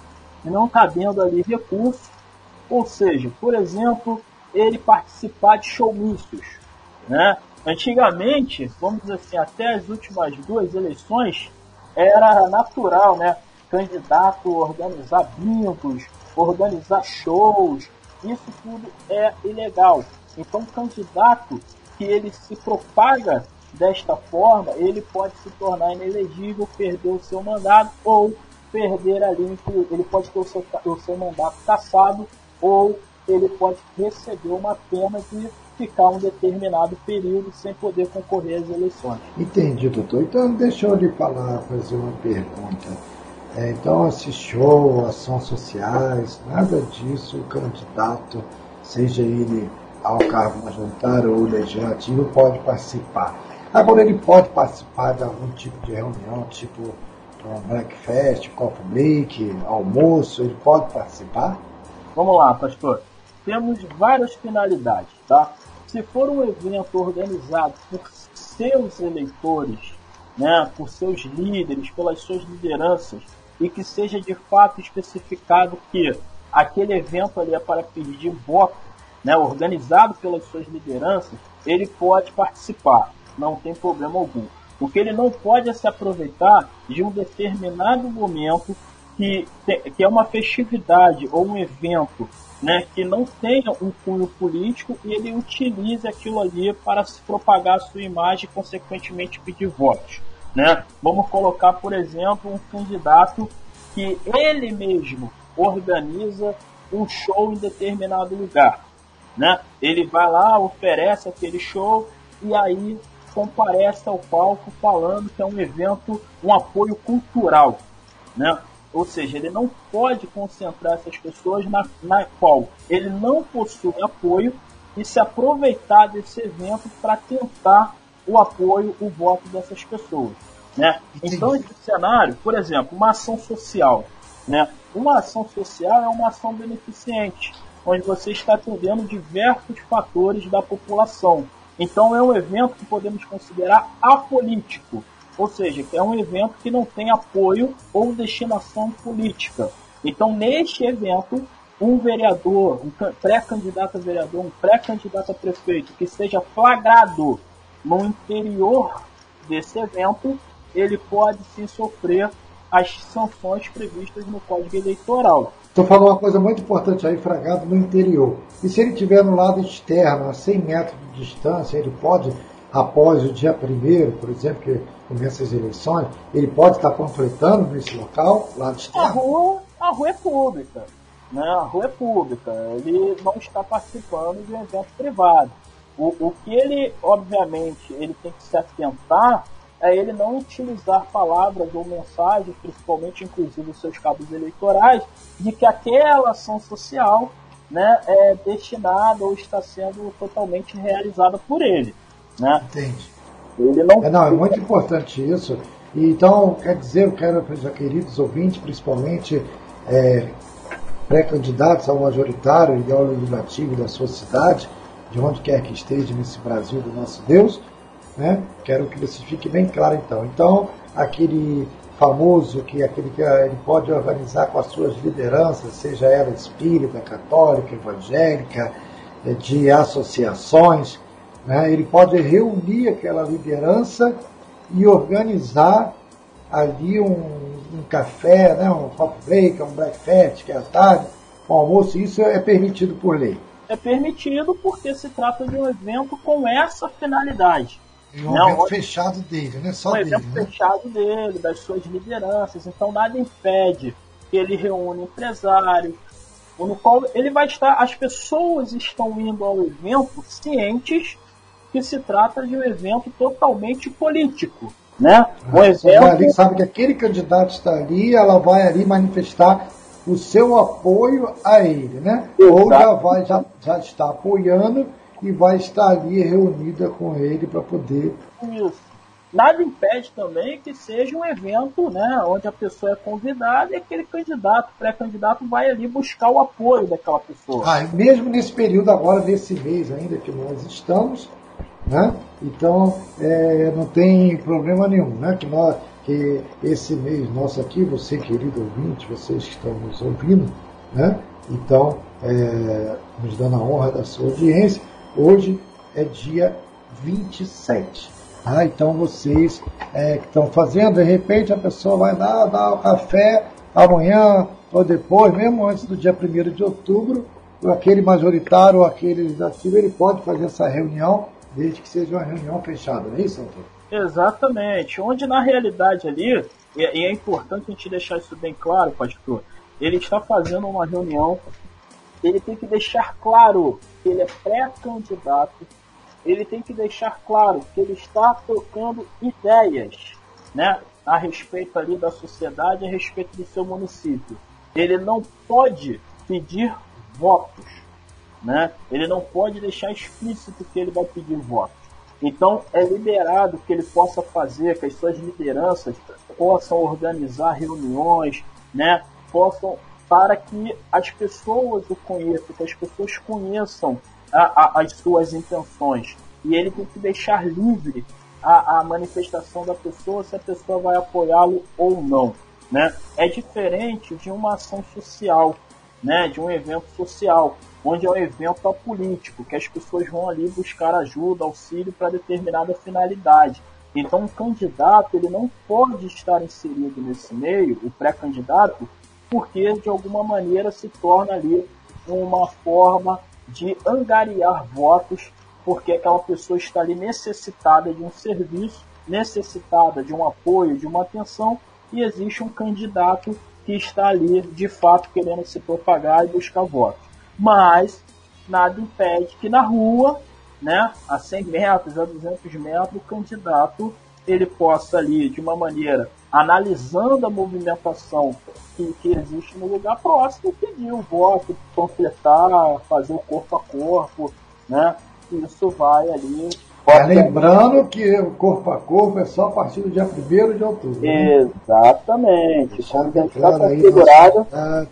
e não cabendo ali recurso. Ou seja, por exemplo, ele participar de showmícios, né? Antigamente, vamos dizer assim, até as últimas duas eleições, era natural, né? Candidato organizar bingos, organizar shows, isso tudo é ilegal. Então, candidato que ele se propaga desta forma, ele pode se tornar inelegível, perder o seu mandato, ou perder ali, ele pode ter o seu, o seu mandato cassado, ou ele pode receber uma pena de ficar um determinado período sem poder concorrer às eleições. Entendi, doutor. Então, deixa eu lhe falar, fazer uma pergunta. É, então, esse show, ações sociais, nada disso o candidato, seja ele ao cargo majoritário ou legislativo, pode participar. Agora, ele pode participar de algum tipo de reunião, tipo um breakfast, copo break, almoço, ele pode participar? Vamos lá, pastor. Temos várias finalidades, tá? Se for um evento organizado por seus eleitores, né, por seus líderes, pelas suas lideranças, e que seja de fato especificado que aquele evento ali é para pedir voto, né, organizado pelas suas lideranças, ele pode participar, não tem problema algum. O que ele não pode é se aproveitar de um determinado momento que, que é uma festividade ou um evento, né, que não tenha um cunho político, e ele utilize aquilo ali para se propagar a sua imagem e, consequentemente, pedir votos. Né? Vamos colocar, por exemplo, um candidato que ele mesmo organiza um show em determinado lugar. Né? Ele vai lá, oferece aquele show e aí comparece ao palco falando que é um evento, um apoio cultural. Né? Ou seja, ele não pode concentrar essas pessoas na, na qual ele não possui apoio e se aproveitar desse evento para tentar o apoio, o voto dessas pessoas. Né? Então, esse cenário, por exemplo, uma ação social. Né? Uma ação social é uma ação beneficente, onde você está atendendo diversos fatores da população. Então, é um evento que podemos considerar apolítico. Ou seja, que é um evento que não tem apoio ou destinação política. Então, neste evento, um vereador, um pré-candidato a vereador, um pré-candidato a prefeito que seja flagrado no interior desse evento, ele pode sim sofrer as sanções previstas no Código Eleitoral. Tu falou uma coisa muito importante aí, flagrado no interior. E se ele estiver no lado externo, a cem metros de distância, ele pode, após o dia primeiro, por exemplo, que começa as eleições, ele pode estar panfletando nesse local, lado externo? A rua, a rua é pública, né? A rua é pública. Ele não está participando de um evento privado. O, o que ele, obviamente, ele tem que se atentar é ele não utilizar palavras ou mensagens, principalmente, inclusive, os seus cabos eleitorais, de que aquela ação social, né, é destinada ou está sendo totalmente realizada por ele. Né? Entende. Ele não... É, não, é muito importante isso. E, então, quer dizer, eu quero, meus queridos ouvintes, principalmente é, pré-candidatos ao majoritário e ao legislativo da sua cidade, de onde quer que esteja nesse Brasil do nosso Deus, né? Quero que você fique bem claro então. Então, aquele famoso que aquele que ele pode organizar com as suas lideranças, seja ela espírita, católica, evangélica, de associações, né? Ele pode reunir aquela liderança e organizar ali um, um café, né? Um coffee break, um breakfast, que é a tarde, um almoço. Isso é permitido por lei. É permitido porque se trata de um evento com essa finalidade. É um não, evento fechado dele, né? Só um dele, evento né? fechado dele, das suas lideranças. Então nada impede que ele reúna empresários, no qual ele vai estar. As pessoas estão indo ao evento cientes que se trata de um evento totalmente político, né? Um ah, evento... ali sabe que aquele candidato está ali, ela vai ali manifestar o seu apoio a ele, né? Exato. Ou já vai já, já está apoiando e vai estar ali reunida com ele para poder... Isso. Nada impede também que seja um evento, né, onde a pessoa é convidada e aquele candidato, pré-candidato, vai ali buscar o apoio daquela pessoa. Ah, mesmo nesse período agora, nesse mês ainda que nós estamos, né? Então, é, não tem problema nenhum, né? Que, nós, que esse mês nosso aqui, você, querido ouvinte, vocês que estão nos ouvindo, né? Então, é, nos dando a honra da sua audiência, hoje é dia vinte e sete. Ah, então vocês é, que estão fazendo, de repente a pessoa vai dar, dar o café amanhã ou depois, mesmo antes do dia primeiro de outubro, aquele majoritário ou aquele legislativo, ele pode fazer essa reunião, desde que seja uma reunião fechada, não é isso, Antônio? Exatamente, onde na realidade ali, e é importante a gente deixar isso bem claro, pastor, ele está fazendo uma reunião, ele tem que deixar claro que ele é pré-candidato, ele tem que deixar claro que ele está trocando ideias, né, a respeito ali da sociedade, a respeito do seu município. Ele não pode pedir votos, né? Ele não pode deixar explícito que ele vai pedir votos. Então é liberado que ele possa fazer, que as suas lideranças possam organizar reuniões, né, possam, para que as pessoas o conheçam, que as pessoas conheçam a, a, as suas intenções. E ele tem que deixar livre a, a manifestação da pessoa, se a pessoa vai apoiá-lo ou não, né? É diferente de uma ação social, né, de um evento social, onde é um evento apolítico, que as pessoas vão ali buscar ajuda, auxílio para determinada finalidade. Então, um candidato ele não pode estar inserido nesse meio, o pré-candidato, porque de alguma maneira se torna ali uma forma de angariar votos, porque aquela pessoa está ali necessitada de um serviço, necessitada de um apoio, de uma atenção, e existe um candidato que está ali, de fato, querendo se propagar e buscar votos. Mas nada impede que na rua, né, a cem metros, a duzentos metros, o candidato ele possa ali, de uma maneira, analisando a movimentação que, que existe no lugar próximo, pedir o voto, completar, fazer o corpo a corpo, né? Isso vai ali... É, lembrando que o corpo a corpo é só a partir do dia primeiro de outubro. Né? Exatamente. Como já está configurada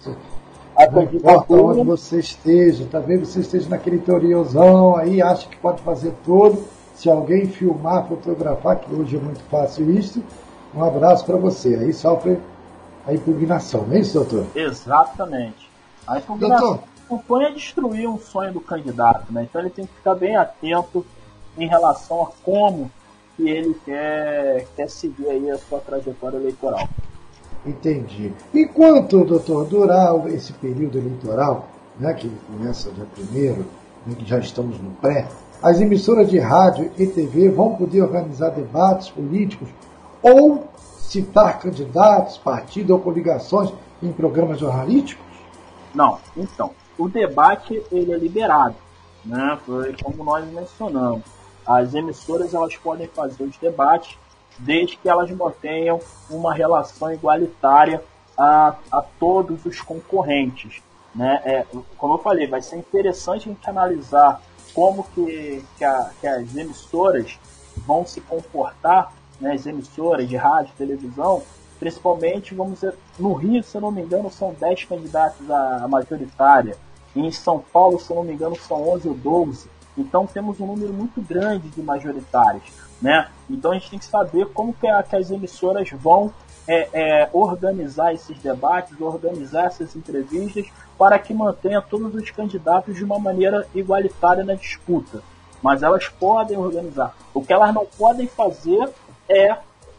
a candidatura. Onde você esteja, talvez você esteja naquele interiorzão aí, acha que pode fazer tudo. Se alguém filmar, fotografar, que hoje é muito fácil isso, um abraço para você. Aí sofre a impugnação, não é isso, doutor? Exatamente. A impugnação da campanha é destruir um sonho do candidato, né? Então ele tem que ficar bem atento em relação a como que ele quer, quer seguir aí a sua trajetória eleitoral. Entendi. Enquanto, doutor, durar esse período eleitoral, né, que começa dia primeiro, né, que já estamos no pré, as emissoras de rádio e T V vão poder organizar debates políticos ou citar candidatos, partidos ou coligações em programas jornalísticos? Não, então, o debate ele é liberado, né? Foi como nós mencionamos. As emissoras elas podem fazer os debates desde que elas mantenham uma relação igualitária a, a todos os concorrentes, né? É, como eu falei, vai ser interessante a gente analisar como que, que, a, que as emissoras vão se comportar, né? As emissoras de rádio, televisão, principalmente, vamos dizer, no Rio, se eu não me engano, são dez candidatos à majoritária, e em São Paulo, se eu não me engano, são onze ou doze, então temos um número muito grande de majoritários, né? Então a gente tem que saber como que, a, que as emissoras vão é, é, organizar esses debates, organizar essas entrevistas, para que mantenha todos os candidatos de uma maneira igualitária na disputa. Mas elas podem organizar. O que elas não podem fazer é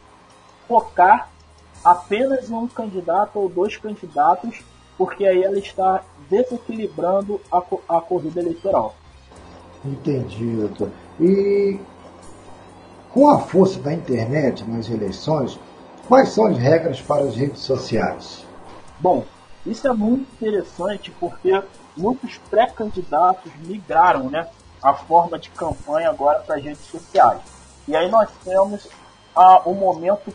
focar apenas em um candidato ou dois candidatos, porque aí ela está desequilibrando a, a corrida eleitoral. Entendi, doutor. E com a força da internet nas eleições, quais são as regras para as redes sociais? Bom, isso é muito interessante porque muitos pré-candidatos migraram, né, a forma de campanha agora para as redes sociais. E aí nós temos ah, o momento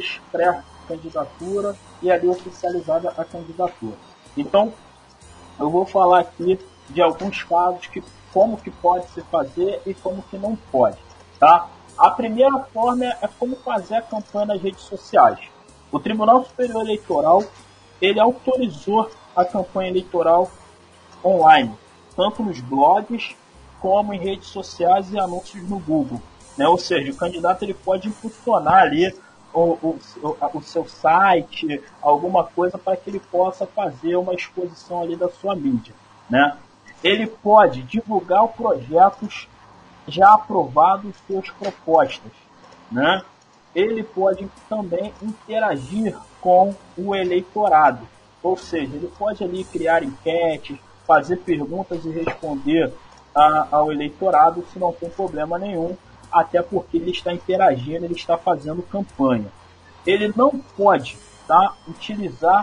pós-pré-candidatura e ali oficializada a candidatura. Então, eu vou falar aqui de alguns casos, que, como que pode se fazer e como que não pode, tá? A primeira forma é como fazer a campanha nas redes sociais. O Tribunal Superior Eleitoral, ele autorizou a campanha eleitoral online, tanto nos blogs como em redes sociais e anúncios no Google, né? Ou seja, o candidato ele pode impulsionar ali o, o, o seu site, alguma coisa para que ele possa fazer uma exposição ali da sua mídia, né? Ele pode divulgar projetos já aprovados, suas propostas, né? Ele pode também interagir com o eleitorado, ou seja, ele pode ali criar enquetes, fazer perguntas e responder a, ao eleitorado, se não tem problema nenhum, até porque ele está interagindo, ele está fazendo campanha. Ele não pode, tá, utilizar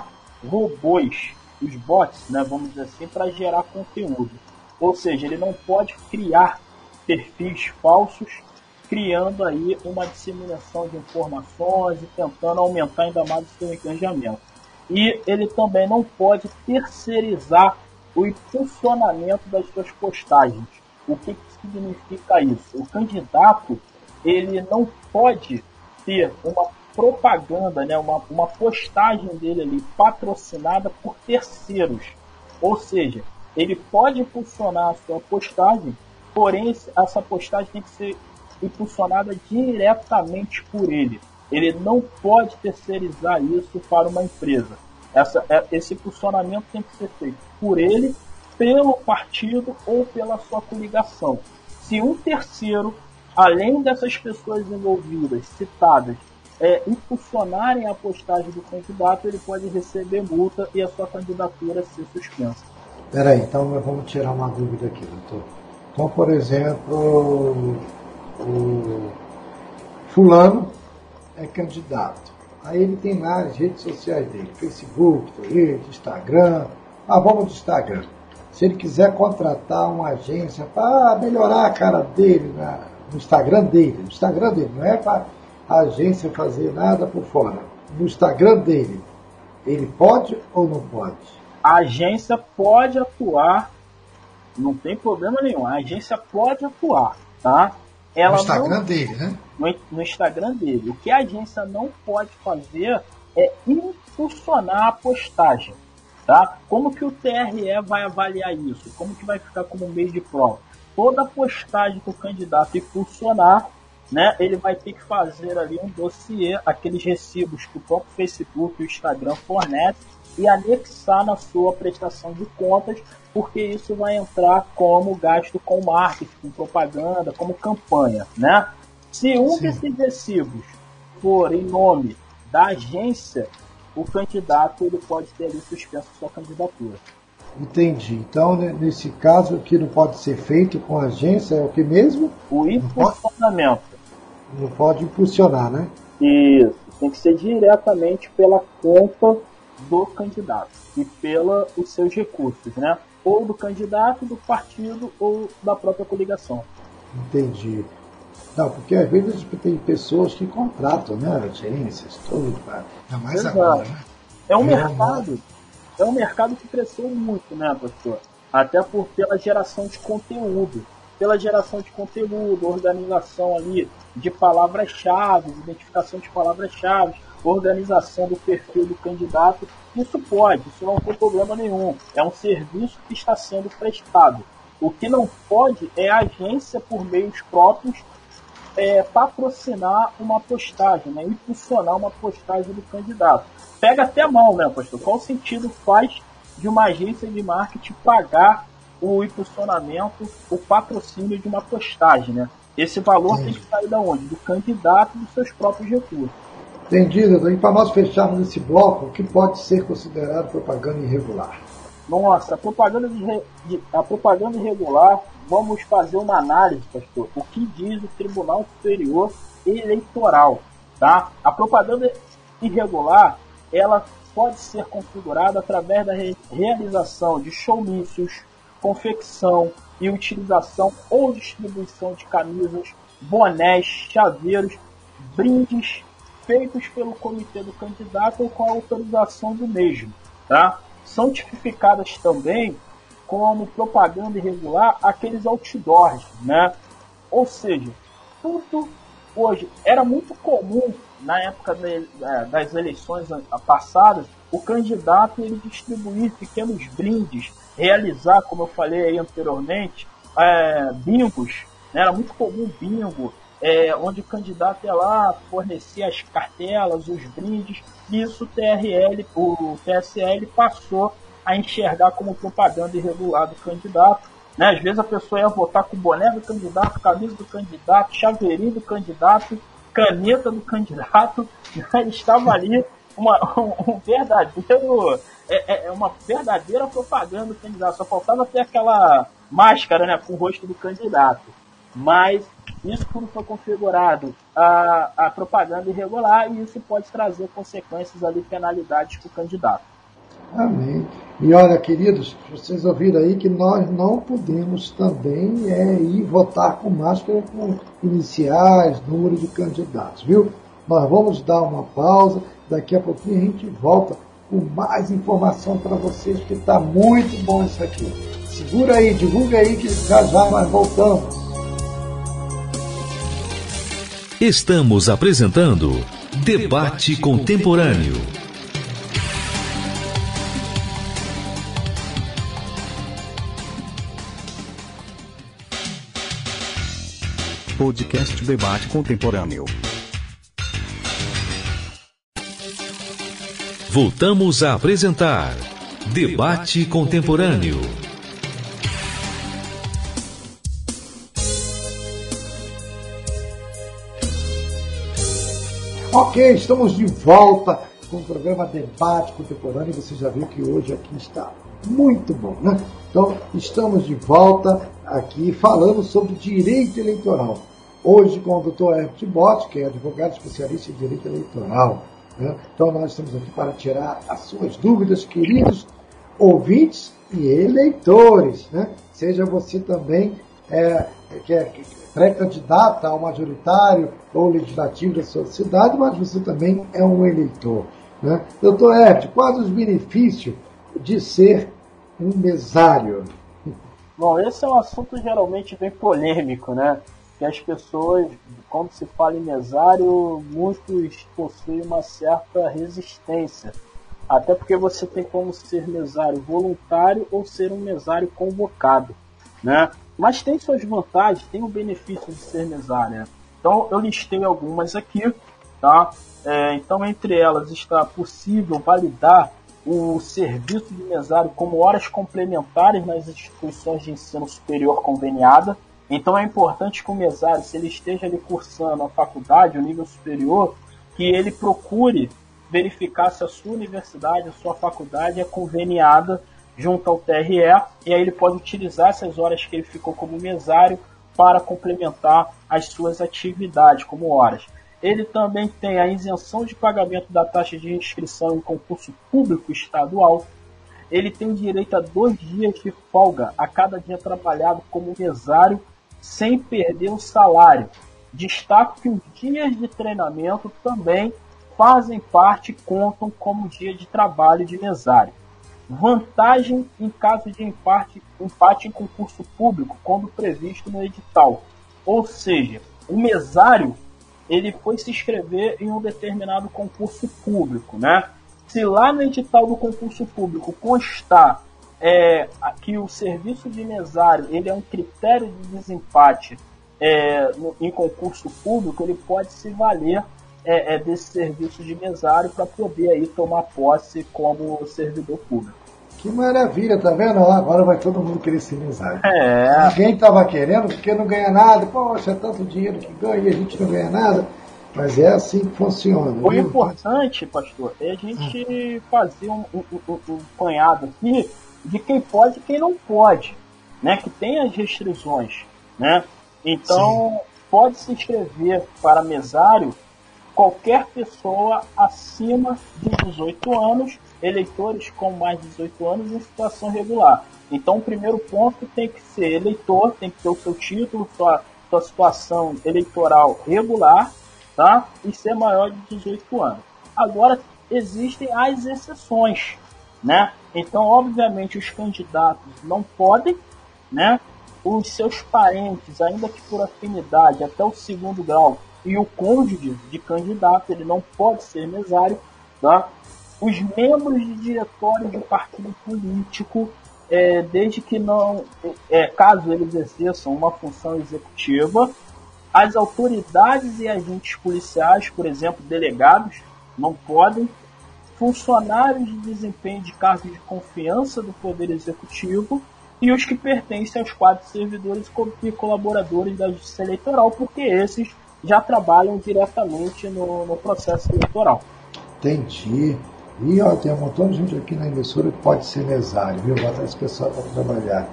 robôs, os bots, né, vamos dizer assim, para gerar conteúdo. Ou seja, ele não pode criar perfis falsos, criando aí uma disseminação de informações e tentando aumentar ainda mais o seu engajamento. E ele também não pode terceirizar o impulsionamento das suas postagens. O que, que significa isso? O candidato ele não pode ter uma propaganda, né, uma, uma postagem dele ali patrocinada por terceiros. Ou seja, ele pode impulsionar a sua postagem, porém essa postagem tem que ser impulsionada diretamente por ele. Ele não pode terceirizar isso para uma empresa. Essa, esse impulsionamento tem que ser feito por ele, pelo partido ou pela sua coligação. Se um terceiro, além dessas pessoas envolvidas, citadas, é, impulsionarem a postagem do candidato, ele pode receber multa e a sua candidatura ser suspensa. Peraí, então vamos tirar uma dúvida aqui, doutor. Então, por exemplo, o fulano é candidato. Aí ele tem lá as redes sociais dele, Facebook, Twitter, Instagram. Ah, vamos do Instagram. Se ele quiser contratar uma agência para melhorar a cara dele na, no Instagram dele, no Instagram dele, não é para a agência fazer nada por fora. No Instagram dele, ele pode ou não pode? A agência pode atuar, não tem problema nenhum, a agência pode atuar, tá? Ela no Instagram não, dele, né? No, no Instagram dele. O que a agência não pode fazer é impulsionar a postagem, tá? Como que o T R E vai avaliar isso? Como que vai ficar como meio de prova? Toda postagem que o candidato impulsionar, né, ele vai ter que fazer ali um dossiê, aqueles recibos que o próprio Facebook e o Instagram fornecem, e anexar na sua prestação de contas, porque isso vai entrar como gasto com marketing, com propaganda, como campanha, né? Se um Sim. desses recibos for em nome da agência, o candidato ele pode ter ali suspenso sua candidatura. Entendi. Então, nesse caso, o que não pode ser feito com a agência é o que mesmo? O impulsionamento. Não pode impulsionar, né? Isso. Tem que ser diretamente pela conta do candidato e pelos seus recursos, né? Ou do candidato, do partido ou da própria coligação. Entendi. Não, porque às vezes tem pessoas que contratam, né? Agências, tudo. Ainda mais Exato. Agora, né? É um é mercado... Uma... É um mercado que cresceu muito, né, pastor? Até por pela geração de conteúdo. Pela geração de conteúdo, organização ali de palavras-chave, identificação de palavras-chave, organização do perfil do candidato. Isso pode, isso não tem problema nenhum. É um serviço que está sendo prestado. O que não pode é a agência, por meios próprios, é, patrocinar uma postagem, né, impulsionar uma postagem do candidato. Pega até mal, né, pastor? Qual sentido faz de uma agência de marketing pagar o impulsionamento, o patrocínio de uma postagem, né? Esse valor Entendi. Tem que sair da onde? Do candidato e dos seus próprios recursos. Entendido. E para nós fecharmos esse bloco, o que pode ser considerado propaganda irregular? Nossa, a propaganda, de, a propaganda irregular, vamos fazer uma análise, pastor. O que diz o Tribunal Superior Eleitoral, tá? A propaganda irregular, ela pode ser configurada através da re- realização de showmícios, confecção e utilização ou distribuição de camisas, bonés, chaveiros, brindes feitos pelo comitê do candidato ou com a autorização do mesmo, tá? São tipificadas também como propaganda irregular aqueles outdoors, né? Ou seja, tudo hoje era muito comum na época de, das eleições passadas, o candidato ele distribuir pequenos brindes, realizar, como eu falei aí anteriormente, é, bingos, né? Era muito comum bingo, é, onde o candidato ia lá, fornecia as cartelas, os brindes, e isso o T R L, o T S L passou a enxergar como propaganda irregular do candidato. Né? Às vezes a pessoa ia votar com o boné do candidato, camisa do candidato, chaveirinho do candidato, caneta do candidato, né? Estava ali uma, um, um verdadeiro, é, é uma verdadeira propaganda do candidato, só faltava ter aquela máscara, né, com o rosto do candidato. Mas isso tudo foi configurado a, a propaganda irregular e isso pode trazer consequências ali, penalidades para o candidato. Amém. E olha, queridos, vocês ouviram aí que nós não podemos também é, ir votar com máscara com iniciais, número de candidatos, viu? Nós vamos dar uma pausa, daqui a pouquinho a gente volta com mais informação para vocês, que está muito bom isso aqui. Segura aí, divulga aí que já já nós voltamos. Estamos apresentando Debate Contemporâneo. Podcast Debate Contemporâneo. Voltamos a apresentar Debate Contemporâneo. Ok, estamos de volta com o programa Debate Contemporâneo. Você já viu que hoje aqui está muito bom, né? Então, estamos de volta aqui falando sobre direito eleitoral. Hoje com o doutor Herbert Botti, que é advogado especialista em direito eleitoral. Né? Então, nós estamos aqui para tirar as suas dúvidas, queridos ouvintes e eleitores. Né? Seja você também é, que é pré-candidata ao majoritário ou legislativo da sua cidade, mas você também é um eleitor. Né? doutor Herbert, quais os benefícios de ser um mesário? Bom, esse é um assunto geralmente bem polêmico, né? Que as pessoas, quando se fala em mesário, muitos possuem uma certa resistência. Até porque você tem como ser mesário voluntário ou ser um mesário convocado, né? Mas tem suas vantagens, tem o benefício de ser mesário, né? Então, eu listei algumas aqui, tá? É, então, entre elas está possível validar o serviço de mesário como horas complementares nas instituições de ensino superior conveniada. Então é importante que o mesário, se ele esteja ali cursando a faculdade, o nível superior, que ele procure verificar se a sua universidade, a sua faculdade é conveniada junto ao T R E, e aí ele pode utilizar essas horas que ele ficou como mesário para complementar as suas atividades como horas. Ele também tem a isenção de pagamento da taxa de inscrição em concurso público estadual. Ele tem direito a dois dias de folga a cada dia trabalhado como mesário, sem perder o salário. Destaco que os dias de treinamento também fazem parte e contam como dia de trabalho de mesário. Vantagem em caso de empate, empate em concurso público, quando previsto no edital. Ou seja, o mesário ele foi se inscrever em um determinado concurso público, né? Se lá no edital do concurso público constar é, que o serviço de mesário ele é um critério de desempate é, no, em concurso público, ele pode se valer é, é, desse serviço de mesário para poder aí tomar posse como servidor público. Que maravilha, tá vendo? Agora vai todo mundo querer ser mesário. É. Ninguém estava querendo porque não ganha nada. Poxa, é tanto dinheiro que ganha e a gente não ganha nada. Mas é assim que funciona. O viu? importante, pastor, é a gente fazer um, um, um, um punhado aqui de quem pode e quem não pode, né? Que tem as restrições, né? Então, sim, pode se inscrever para mesário qualquer pessoa acima de dezoito anos, eleitores com mais de dezoito anos em situação regular. Então, o primeiro ponto tem que ser eleitor, tem que ter o seu título, sua, sua situação eleitoral regular, tá? E ser maior de dezoito anos. Agora, existem as exceções, né? Então, obviamente, os candidatos não podem, né? Os seus parentes, ainda que por afinidade, até o segundo grau, e o cônjuge de candidato, ele não pode ser mesário, tá? Os membros de diretório de partido político, é, desde que não, é, caso eles exerçam uma função executiva, as autoridades e agentes policiais, por exemplo, delegados, não podem, funcionários de desempenho de cargos de confiança do Poder Executivo e os que pertencem aos quadros servidores e colaboradores da Justiça Eleitoral, porque esses já trabalham diretamente no, no processo eleitoral. Entendi. E ó, tem um montão de gente aqui na emissora que pode ser mesário, viu? Botar esse pessoal para trabalhar.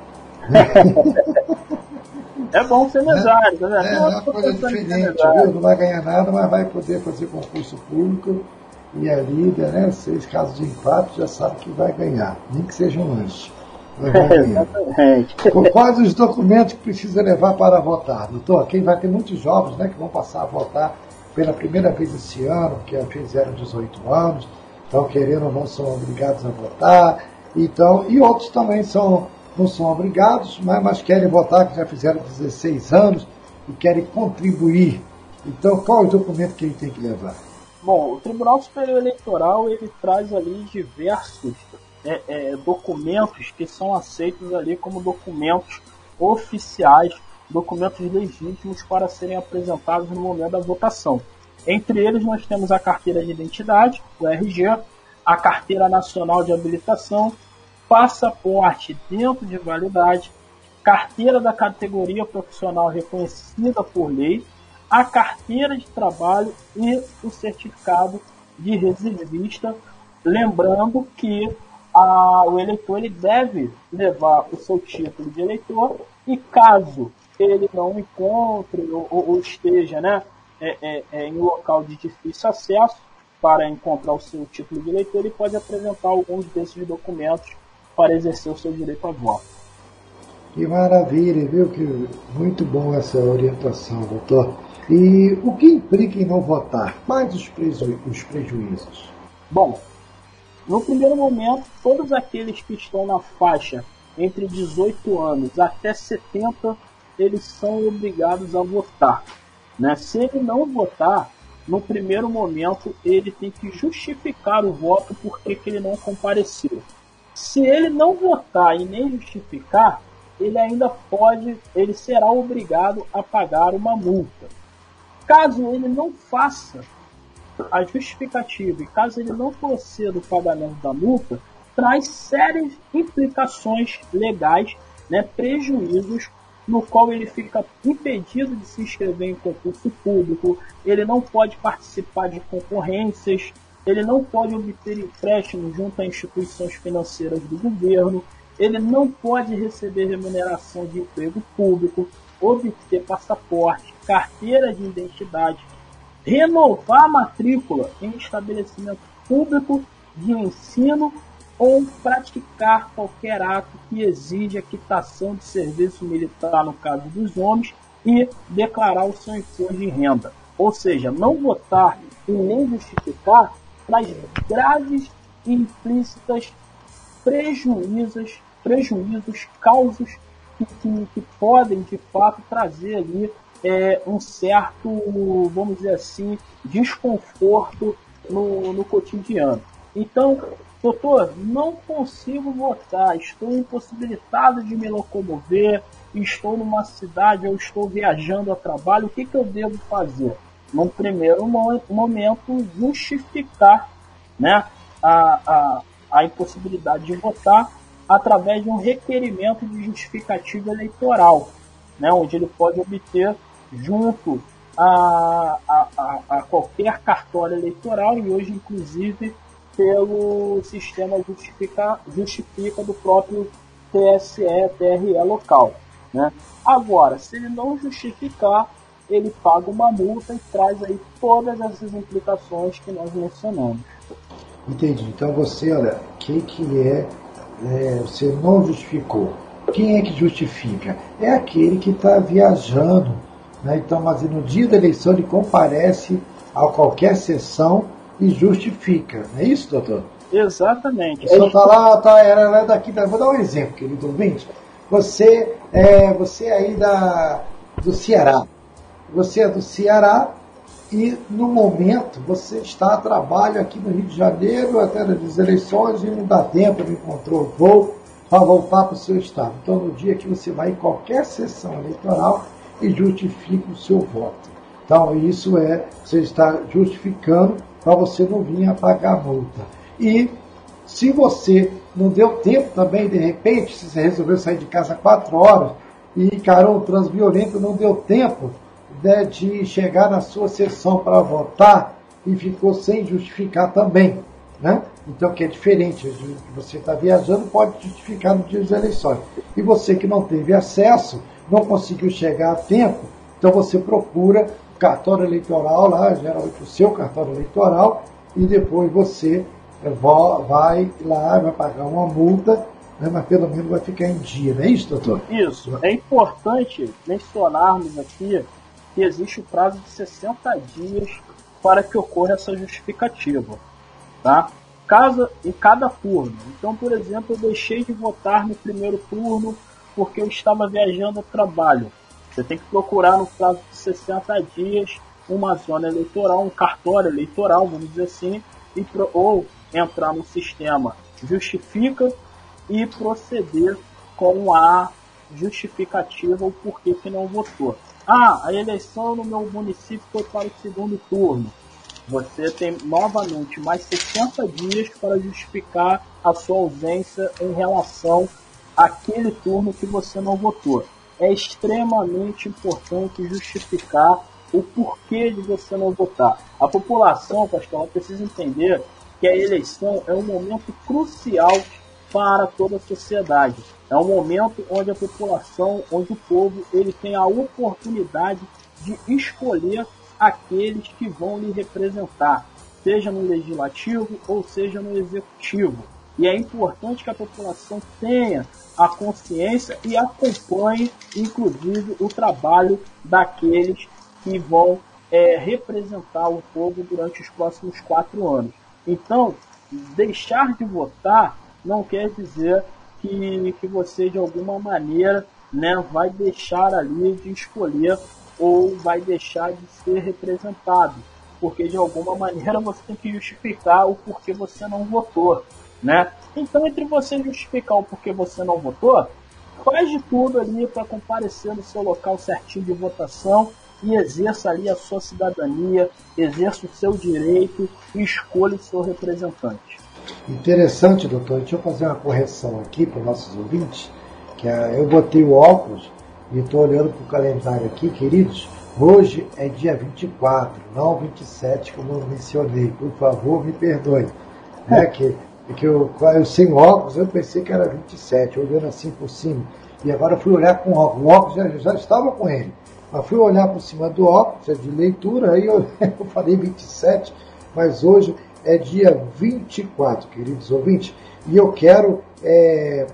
É bom ser mesário, tá vendo? É, é uma coisa diferente, viu? Não vai ganhar nada, mas vai poder fazer concurso público e a líder, né? Seis casos de empate, já sabe que vai ganhar, nem que seja um lanche. Exatamente. Quais os documentos que precisa levar para votar? Doutor, quem vai ter muitos jovens, né, que vão passar a votar pela primeira vez esse ano, que fizeram dezoito anos, então querendo ou não são obrigados a votar, então, e outros também são, não são obrigados, mas, mas querem votar, que já fizeram dezesseis anos e querem contribuir. Então, qual é o documento que ele tem que levar? Bom, o Tribunal Superior Eleitoral, ele traz ali diversos É, é, documentos que são aceitos ali como documentos oficiais, documentos legítimos para serem apresentados no momento da votação. Entre eles nós temos a carteira de identidade, o R G, a carteira nacional de habilitação, passaporte dentro de validade, carteira da categoria profissional reconhecida por lei, a carteira de trabalho e o certificado de reservista, lembrando que A, o eleitor ele deve levar o seu título de eleitor e caso ele não encontre ou, ou esteja, né, é, é, é, em um local de difícil acesso para encontrar o seu título de eleitor, ele pode apresentar alguns desses documentos para exercer o seu direito a voto. Que maravilha, viu? Que muito bom essa orientação, doutor. E o que implica em não votar? Quais os, preju- os prejuízos? Bom, no primeiro momento, todos aqueles que estão na faixa entre dezoito anos até setenta, eles são obrigados a votar, né? Se ele não votar, no primeiro momento, ele tem que justificar o voto porque que ele não compareceu. Se ele não votar e nem justificar, ele ainda pode, ele será obrigado a pagar uma multa. Caso ele não faça a justificativa e caso ele não proceda o pagamento da multa, traz sérias implicações legais, né, prejuízos, no qual ele fica impedido de se inscrever em concurso público, ele não pode participar de concorrências, ele não pode obter empréstimo junto a instituições financeiras do governo, ele não pode receber remuneração de emprego público, obter passaporte, carteira de identidade, renovar a matrícula em estabelecimento público de ensino ou praticar qualquer ato que exija quitação de serviço militar no caso dos homens e declarar o seu imposto de renda. Ou seja, não votar e nem justificar traz graves e implícitas prejuízos, prejuízos causos que, que, que podem de fato trazer ali é, um certo, vamos dizer assim, desconforto no, no cotidiano. Então, doutor, não consigo votar, estou impossibilitado de me locomover, estou numa cidade ou estou viajando a trabalho, o que, que eu devo fazer? Num primeiro momento, justificar, né, a, a, a impossibilidade de votar através de um requerimento de justificativa eleitoral, né, onde ele pode obter junto a, a, a, a qualquer cartório eleitoral e hoje, inclusive, pelo sistema justifica, justifica do próprio T S E, T R E local, né? Agora, se ele não justificar, ele paga uma multa e traz aí todas essas implicações que nós mencionamos. Entendi. Então você, olha, o que, que é, é, você não justificou? Quem é que justifica? É aquele que está viajando, né? Então, mas no dia da eleição ele comparece a qualquer sessão e justifica. Não é isso, doutor? Exatamente. Ele fala, ah, tá, era daqui, da... vou dar um exemplo, querido ouvinte. Você é, você é aí da, do Ceará. Você é do Ceará e, no momento, você está a trabalho aqui no Rio de Janeiro, até nas eleições, e não dá tempo, não encontrou voo para voltar para o seu estado. Então, no dia que você vai em qualquer sessão eleitoral e justifica o seu voto. Então, isso é, você está justificando para você não vir a pagar a multa. E, se você não deu tempo também, de repente, se você resolveu sair de casa quatro horas e encarou um trânsito violento, não deu tempo de chegar na sua sessão para votar e ficou sem justificar também, né? Então, que é diferente, você está viajando, pode justificar no dia das eleições. E você que não teve acesso, não conseguiu chegar a tempo, então você procura o cartório eleitoral lá, geralmente o seu cartório eleitoral, e depois você vai lá, vai pagar uma multa, né? Mas pelo menos vai ficar em dia, não é isso, doutor? Isso. É importante mencionarmos aqui que existe o prazo de sessenta dias para que ocorra essa justificativa, tá? Caso, em cada turno. Então, por exemplo, eu deixei de votar no primeiro turno porque eu estava viajando a trabalho. Você tem que procurar no prazo de sessenta dias uma zona eleitoral, um cartório eleitoral, vamos dizer assim, e pro, ou entrar no sistema justifica e proceder com a justificativa o porquê que não votou. Ah, a eleição no meu município foi para o segundo turno. Você tem novamente mais sessenta dias para justificar a sua ausência em relação àquele turno que você não votou. É extremamente importante justificar o porquê de você não votar. A população, pastor, precisa entender que a eleição é um momento crucial para toda a sociedade. É um momento onde a população, onde o povo, ele tem a oportunidade de escolher aqueles que vão lhe representar, seja no legislativo ou seja no executivo. E é importante que a população tenha a consciência e acompanhe, inclusive, o trabalho daqueles que vão é, representar o povo durante os próximos quatro anos. Então, deixar de votar não quer dizer que, que você, de alguma maneira, né, vai deixar ali de escolher ou vai deixar de ser representado, porque de alguma maneira você tem que justificar o porquê você não votou, né? Então, entre você justificar o porquê você não votou, faz de tudo ali para comparecer no seu local certinho de votação e exerça ali a sua cidadania, exerça o seu direito e escolha o seu representante. Interessante, doutor. Deixa eu fazer uma correção aqui para os nossos ouvintes, que é, eu botei o óculos e estou olhando para o calendário aqui, queridos. Hoje é dia vinte e quatro, não vinte e sete, como eu mencionei. Por favor, me perdoe. É que, que eu, eu sem óculos, eu pensei que era vinte e sete, olhando assim por cima. E agora eu fui olhar com o óculos. O óculos já, já estava com ele. Mas fui olhar por cima do óculos, é de leitura, aí eu, eu falei vinte e sete, mas hoje é dia vinte e quatro, queridos ouvintes. E eu quero é,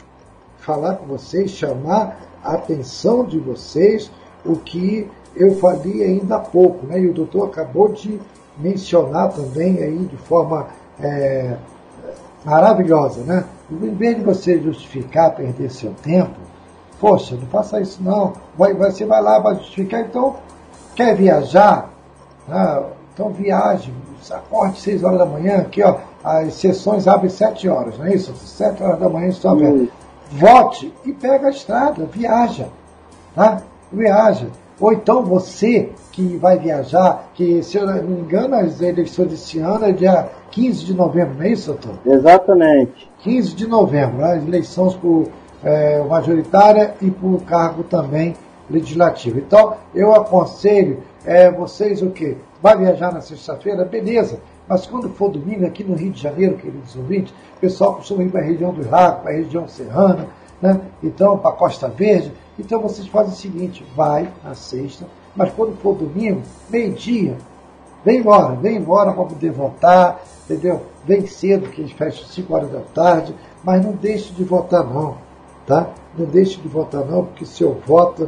falar com vocês, chamar a atenção de vocês, o que eu falei ainda há pouco, né? E o doutor acabou de mencionar também aí de forma é, maravilhosa, né? Em vez de você justificar, perder seu tempo, poxa, não faça isso não, vai, você vai lá, vai justificar, então, quer viajar? Ah, então viaje, acorde seis horas da manhã, aqui ó, as sessões abrem sete horas, não é isso? sete horas da manhã estou aberto. Vote e pega a estrada, viaja, tá? Viaja. Ou então você que vai viajar, que se eu não me engano, as eleições desse ano é dia quinze de novembro, não é isso, doutor? Exatamente. quinze de novembro, as eleições por é, majoritária e por cargo também legislativo. Então, eu aconselho é, vocês o quê? Vai viajar na sexta-feira? Beleza. Mas quando for domingo, aqui no Rio de Janeiro, queridos ouvintes, o pessoal costuma ir para a região do Lago, para a região serrana, né? Então, para a Costa Verde. Então, vocês fazem o seguinte, vai na sexta, mas quando for domingo, meio-dia, vem embora, vem embora para poder votar, entendeu? Vem cedo, que eles fecham cinco horas da tarde, mas não deixe de votar não, tá? Não deixe de votar não, porque seu voto,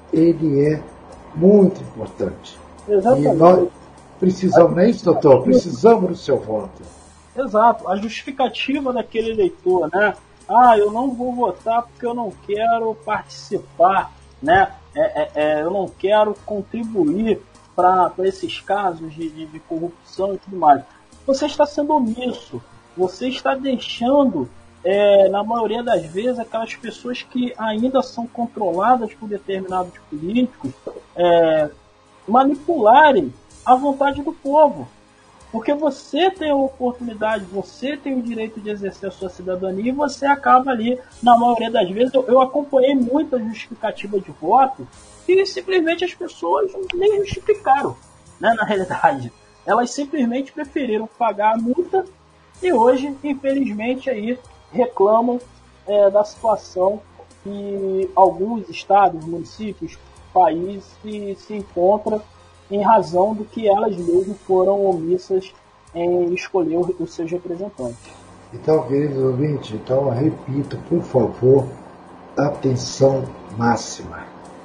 ele é muito importante. Exatamente. E nós precisamos, não é isso, doutor? Precisamos do seu voto. Exato. A justificativa daquele eleitor, né? Ah, eu não vou votar porque eu não quero participar, né? É, é, é, eu não quero contribuir para esses casos de, de, de corrupção e tudo mais. Você está sendo omisso. Você está deixando, é, na maioria das vezes, aquelas pessoas que ainda são controladas por determinados políticos é, manipularem a vontade do povo. Porque você tem a oportunidade, você tem o direito de exercer a sua cidadania e você acaba ali, na maioria das vezes, eu, eu acompanhei muita justificativa de voto e simplesmente as pessoas nem justificaram, né, na realidade. Elas simplesmente preferiram pagar a multa e hoje, infelizmente, aí reclamam é, da situação que alguns estados, municípios, países se, se encontram em razão do que elas mesmas foram omissas em escolher os seus representantes. Então, queridos ouvintes, então repito, por favor, atenção máxima.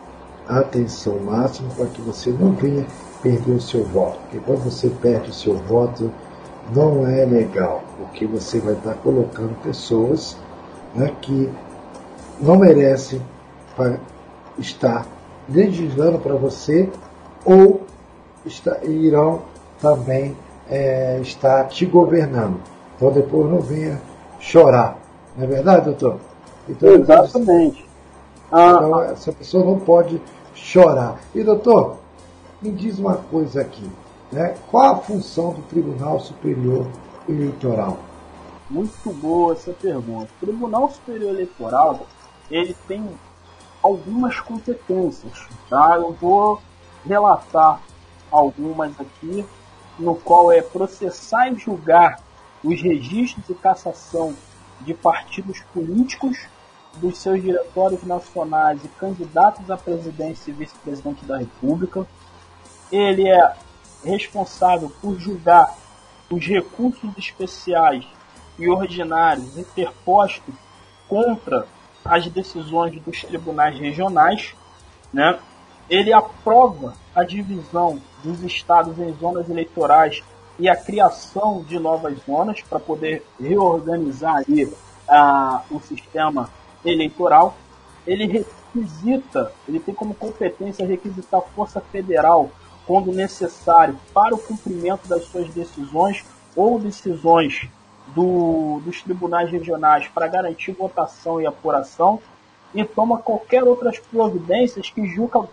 Atenção máxima para que você não venha perder o seu voto. Porque quando você perde o seu voto, não é legal, porque você vai estar colocando pessoas, né, que não merecem para estar legislando para você ou está, irão também é, estar te governando. Então depois não venha chorar. Não é verdade, doutor? Então, exatamente. Então ah, essa pessoa não pode chorar. E doutor, me diz uma coisa aqui, né? Qual a função do Tribunal Superior Eleitoral? Muito boa essa pergunta. O Tribunal Superior Eleitoral, ele tem algumas competências, tá? Eu vou relatar algumas aqui, no qual é processar e julgar os registros de cassação de partidos políticos, dos seus diretórios nacionais e candidatos à presidência e vice-presidente da República. Ele é responsável por julgar os recursos especiais e ordinários interpostos contra as decisões dos tribunais regionais, né? Ele aprova a divisão dos estados em zonas eleitorais e a criação de novas zonas para poder reorganizar ali, uh, o sistema eleitoral. Ele requisita, ele tem como competência requisitar força federal quando necessário para o cumprimento das suas decisões ou decisões do, dos tribunais regionais para garantir votação e apuração, e toma qualquer outras providências que julga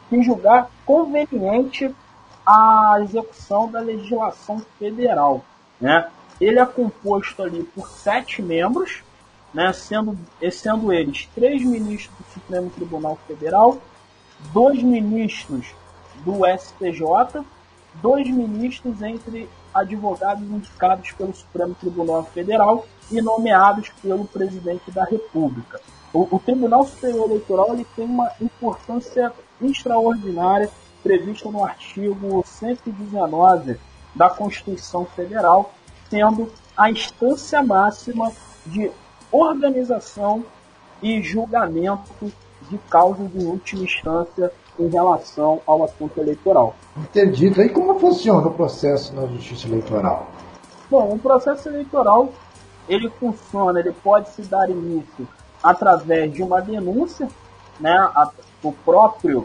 que julgar conveniente a execução da legislação federal, né? Ele é composto ali por sete membros, né, sendo, sendo eles três ministros do Supremo Tribunal Federal, dois ministros do S T J, dois ministros entre advogados indicados pelo Supremo Tribunal Federal e nomeados pelo presidente da República. O, o Tribunal Superior Eleitoral ele tem uma importância extraordinária prevista no artigo cento e dezenove da Constituição Federal, sendo a instância máxima de organização e julgamento de causas de última instância em relação ao assunto eleitoral. Entendido. E como funciona o processo na Justiça Eleitoral? Bom, o processo eleitoral, ele funciona, ele pode se dar início através de uma denúncia, né, a, o próprio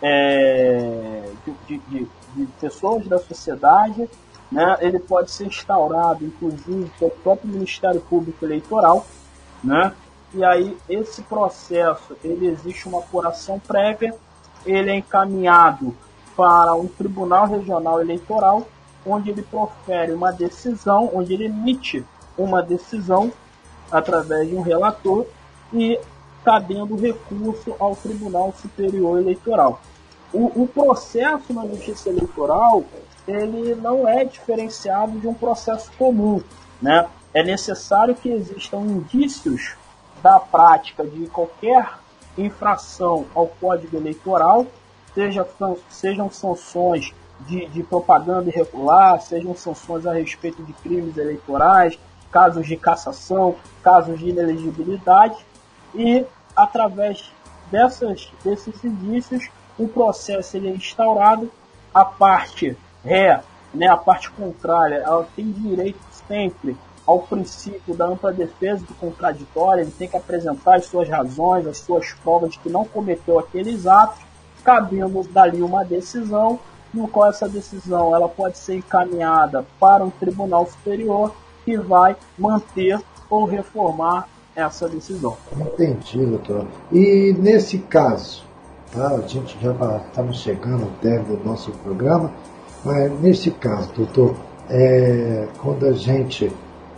é, de, de, de pessoas da sociedade, né, ele pode ser instaurado, inclusive, pelo próprio Ministério Público Eleitoral, né, e aí esse processo, ele existe uma apuração prévia, ele é encaminhado para um tribunal regional eleitoral, onde ele profere uma decisão, onde ele emite uma decisão através de um relator e cabendo recurso ao Tribunal Superior Eleitoral. O, o processo na Justiça Eleitoral, ele não é diferenciado de um processo comum, né? É necessário que existam indícios da prática de qualquer infração ao Código Eleitoral, seja, sejam sanções de, de propaganda irregular, sejam sanções a respeito de crimes eleitorais, casos de cassação, casos de inelegibilidade, e através dessas, desses indícios, o processo ele é instaurado, a parte ré, né, a parte contrária, ela tem direito sempre ao princípio da ampla defesa do contraditório, ele tem que apresentar as suas razões, as suas provas de que não cometeu aqueles atos, cabendo dali uma decisão, no qual essa decisão ela pode ser encaminhada para um tribunal superior que vai manter ou reformar essa decisão. Entendi, doutor. E nesse caso, tá, a gente já estamos chegando ao término do nosso programa, mas nesse caso, doutor, é, quando a gente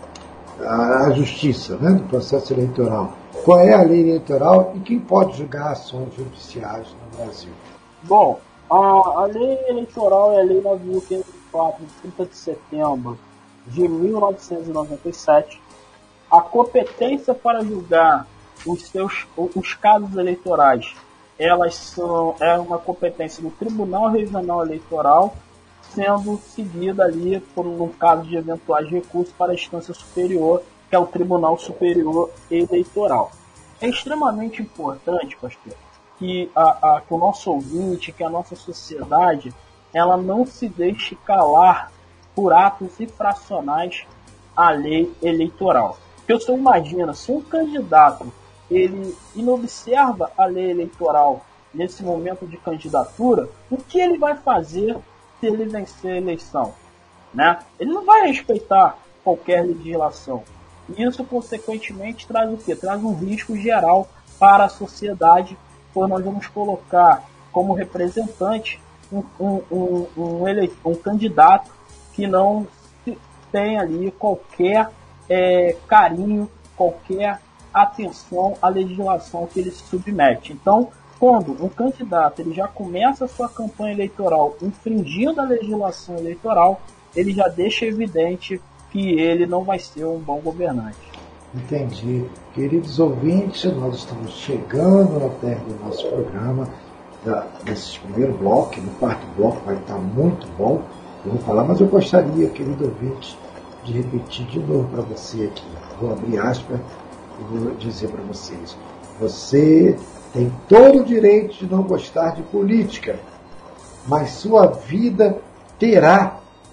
A, a justiça, né, do processo eleitoral. Qual é a lei eleitoral e quem pode julgar ações judiciais no Brasil? Bom, a, a lei eleitoral é a Lei nove mil quinhentos e quatro, de trinta de setembro de mil novecentos e noventa e sete. A competência para julgar os, seus, os casos eleitorais, elas são, é uma competência do Tribunal Regional Eleitoral, sendo seguida ali por um caso de eventuais recursos para a instância superior, que é o Tribunal Superior Eleitoral. É extremamente importante, pastor, que, a, a, que o nosso ouvinte, que a nossa sociedade, ela não se deixe calar por atos infracionais à lei eleitoral. Porque você imagina, se um candidato ele inobserva a lei eleitoral nesse momento de candidatura, o que ele vai fazer se ele vencer a eleição, né? Ele não vai respeitar qualquer legislação. E isso, consequentemente, traz o quê? Traz um risco geral para a sociedade, pois nós vamos colocar como representante um, um, um, um, ele... um candidato que não tem ali qualquer é, carinho, qualquer atenção à legislação que ele se submete. Então, quando um candidato ele já começa a sua campanha eleitoral infringindo a legislação eleitoral, ele já deixa evidente que ele não vai ser um bom governante. Entendi. Queridos ouvintes, nós estamos chegando ao término do nosso programa, da, desse primeiro bloco. No quarto bloco vai estar muito bom, eu vou falar, mas eu gostaria, querido ouvinte, de repetir de novo para você aqui. Vou abrir aspas e vou dizer para vocês. Você tem todo o direito de não gostar de política, mas sua vida terá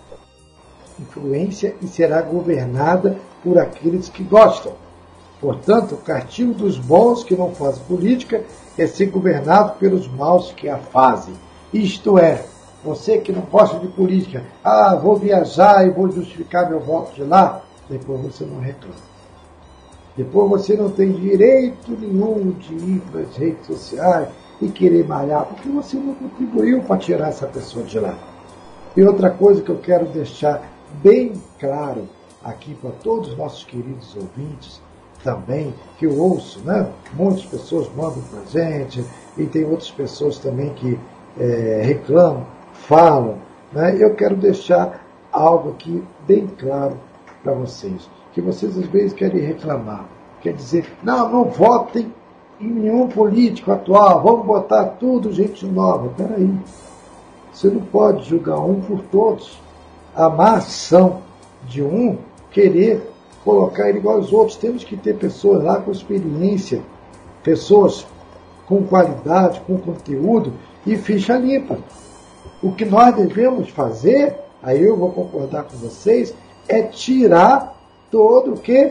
influência e será governada por aqueles que gostam. Portanto, o castigo dos bons que não fazem política é ser governado pelos maus que a fazem. Isto é, você que não gosta de política, ah, vou viajar e vou justificar meu voto de lá, depois você não reclama. Depois você não tem direito nenhum de ir para as redes sociais e querer malhar, porque você não contribuiu para tirar essa pessoa de lá. E outra coisa que eu quero deixar bem claro aqui para todos os nossos queridos ouvintes também, que eu ouço, né? Muitas pessoas mandam para a gente, e tem outras pessoas também que é, reclamam, falam, né? Eu quero deixar algo aqui bem claro para vocês, que vocês às vezes querem reclamar, quer dizer, não, não votem em nenhum político atual, vamos botar tudo gente nova. Peraí, você não pode julgar um por todos. A má ação de um, querer colocar ele igual aos outros. Temos que ter pessoas lá com experiência, pessoas com qualidade, com conteúdo e ficha limpa. O que nós devemos fazer, aí eu vou concordar com vocês, é tirar todo o que?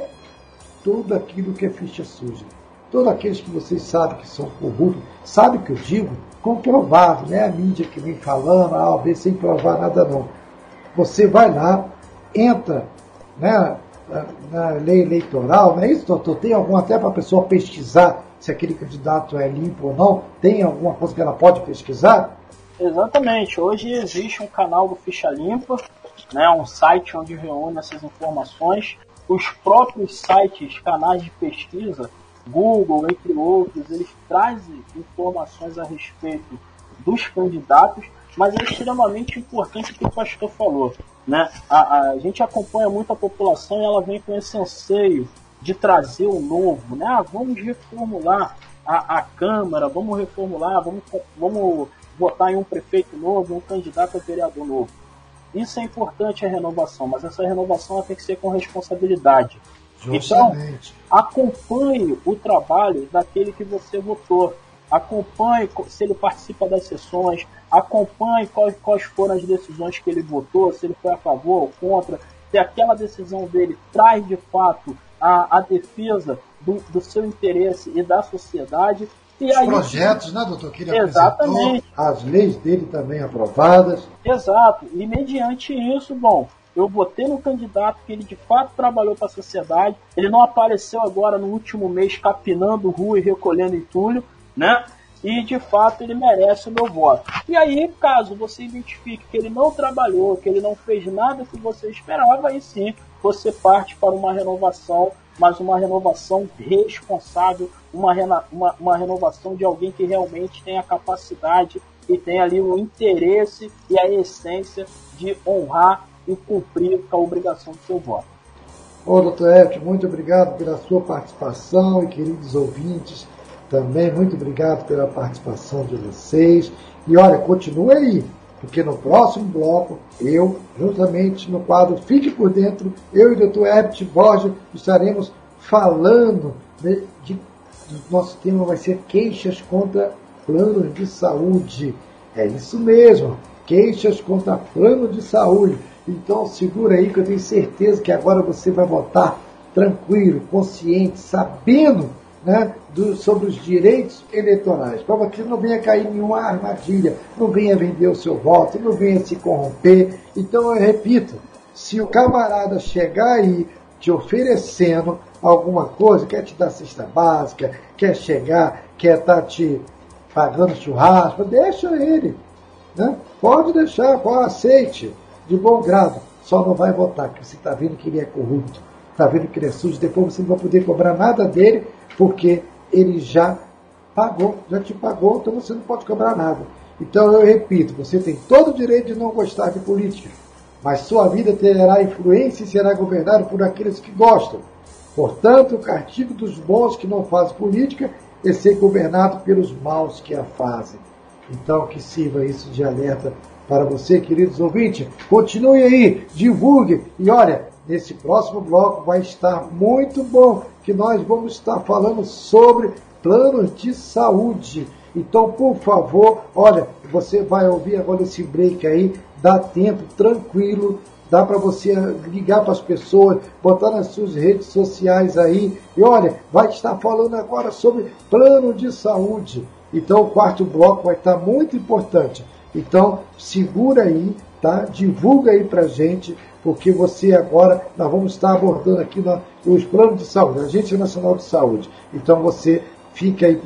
Tudo aquilo que é ficha suja. Todos aqueles que vocês sabem que são corruptos, sabe o que eu digo? Comprovado, não é a mídia que vem falando, A, B, sem provar nada não. Você vai lá, entra, né, na, na lei eleitoral, não é isso, doutor? Tem algum até para a pessoa pesquisar se aquele candidato é limpo ou não? Tem alguma coisa que ela pode pesquisar? Exatamente. Hoje existe um canal do Ficha Limpa, né, um site onde reúne essas informações. Os próprios sites, canais de pesquisa, Google, entre outros, eles trazem informações a respeito dos candidatos, mas é extremamente importante o que o pastor falou, né? A, a gente acompanha muito a população e ela vem com esse anseio de trazer o novo, né? Ah, vamos reformular a, a Câmara, vamos reformular, vamos, vamos votar em um prefeito novo, um candidato a vereador novo. Isso é importante, a renovação, mas essa renovação ela tem que ser com responsabilidade. Justamente. Então, acompanhe o trabalho daquele que você votou. Acompanhe se ele participa das sessões, acompanhe quais, quais foram as decisões que ele votou, se ele foi a favor ou contra, se aquela decisão dele traz de fato a, a defesa do, do seu interesse e da sociedade. E Os aí, projetos, né, doutor? Que ele exatamente. apresentou, as leis dele também aprovadas. Exato. E mediante isso, bom, eu votei no candidato que ele de fato trabalhou para a sociedade, ele não apareceu agora no último mês capinando rua e recolhendo entulho, né? E de fato ele merece o meu voto. E aí, caso você identifique que ele não trabalhou, que ele não fez nada que você esperava, aí sim você parte para uma renovação, mas uma renovação responsável, uma, rena, uma, uma renovação de alguém que realmente tem a capacidade e tem ali o interesse e a essência de honrar e cumprir com a obrigação do seu voto. Ô, doutor Hélio, muito obrigado pela sua participação e queridos ouvintes também, muito obrigado pela participação de vocês. E olha, continue aí, porque no próximo bloco, eu, juntamente no quadro Fique por Dentro, eu e o doutor Herbert Borges estaremos falando de, de, do nosso tema vai ser queixas contra planos de saúde. É isso mesmo, queixas contra plano de saúde. Então segura aí que eu tenho certeza que agora você vai votar tranquilo, consciente, sabendo, né, do, sobre os direitos eleitorais. Para você não venha cair em nenhuma armadilha, não venha vender o seu voto, não venha se corromper. Então eu repito, se o camarada chegar aí te oferecendo alguma coisa, quer te dar cesta básica, quer chegar, quer estar te pagando churrasco, deixa ele, né? Pode deixar, pode, aceite, de bom grado, só não vai votar, porque você está vendo que ele é corrupto, está vendo que ele é sujo, depois você não vai poder cobrar nada dele, porque ele já pagou, já te pagou, então você não pode cobrar nada. Então eu repito, você tem todo o direito de não gostar de política, mas sua vida terá influência e será governada por aqueles que gostam. Portanto, o castigo dos bons que não fazem política é ser governado pelos maus que a fazem. Então que sirva isso de alerta para você, queridos ouvintes. Continue aí, divulgue. E olha, nesse próximo bloco vai estar muito bom, que nós vamos estar falando sobre planos de saúde. Então, por favor, olha, você vai ouvir agora esse break aí, dá tempo, tranquilo, dá para você ligar para as pessoas, botar nas suas redes sociais aí, e olha, vai estar falando agora sobre plano de saúde. Então, o quarto bloco vai estar muito importante. Então, segura aí, tá? Divulga aí pra gente, porque você agora, nós vamos estar abordando aqui no, os planos de saúde, a Agência Nacional de Saúde. Então, você fica aí por,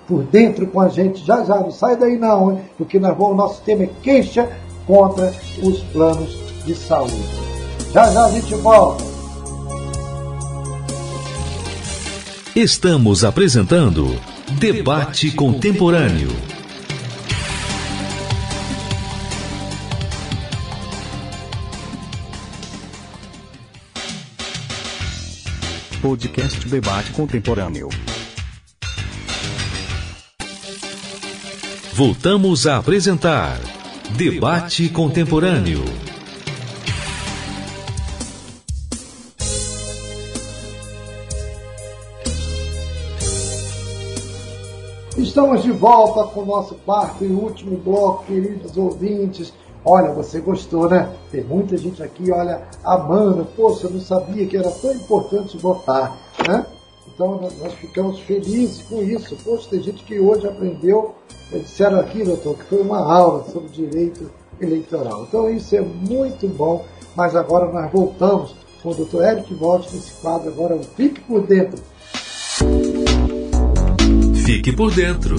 por dentro com a gente. Já já, não sai daí não, hein? Porque nós vamos, o nosso tema é queixa contra os planos de saúde. Já já a gente volta. Estamos apresentando Debate Contemporâneo. Podcast Debate Contemporâneo. Voltamos a apresentar Debate Contemporâneo. Estamos de volta com o nosso quarto e último bloco, queridos ouvintes. Olha, você gostou, né? Tem muita gente aqui, olha, amando. Poxa, eu não sabia que era tão importante votar, né? Então, nós ficamos felizes com isso. Poxa, tem gente que hoje aprendeu, disseram aqui, doutor, que foi uma aula sobre direito eleitoral. Então, isso é muito bom, mas agora nós voltamos com o doutor Eric Vogt nesse quadro, agora o Fique por Dentro. Fique por dentro.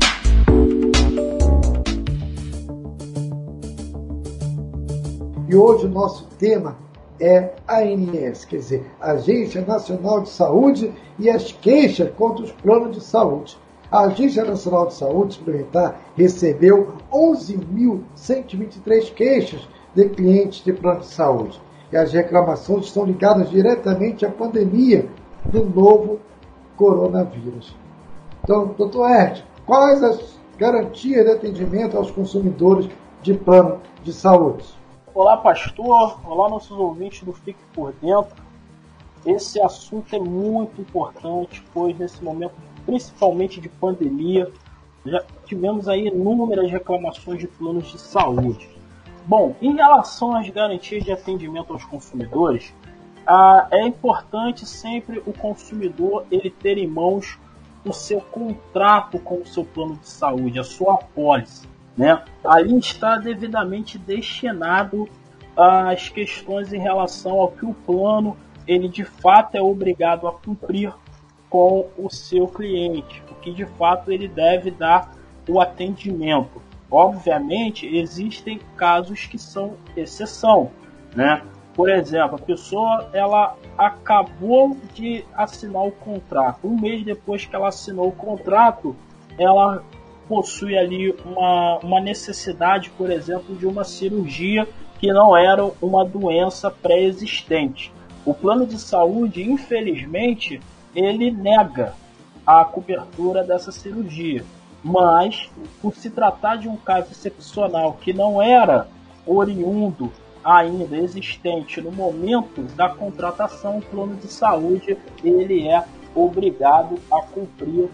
E hoje o nosso tema é a ANS, quer dizer, Agência Nacional de Saúde e as queixas contra os planos de saúde. A Agência Nacional de Saúde Suplementar recebeu onze mil cento e vinte e três queixas de clientes de plano de saúde. E as reclamações estão ligadas diretamente à pandemia do novo coronavírus. Então, doutor Ed, quais as garantias de atendimento aos consumidores de plano de saúde? Olá, pastor. Olá, nossos ouvintes do Fique por Dentro. Esse assunto é muito importante, pois nesse momento, principalmente de pandemia, já tivemos aí inúmeras reclamações de planos de saúde. Bom, em relação às garantias de atendimento aos consumidores, ah, é importante sempre o consumidor ele ter em mãos o seu contrato com o seu plano de saúde, a sua apólice, né? Ali está devidamente destinado às questões em relação ao que o plano ele de fato é obrigado a cumprir com o seu cliente, o que de fato ele deve dar o atendimento. Obviamente existem casos que são exceção, né? Por exemplo, a pessoa ela acabou de assinar o contrato. Um mês depois que ela assinou o contrato, ela possui ali uma, uma necessidade, por exemplo, de uma cirurgia que não era uma doença pré-existente. O plano de saúde, infelizmente, ele nega a cobertura dessa cirurgia. Mas, por se tratar de um caso excepcional que não era oriundo ainda existente no momento da contratação, o plano de saúde ele é obrigado a cumprir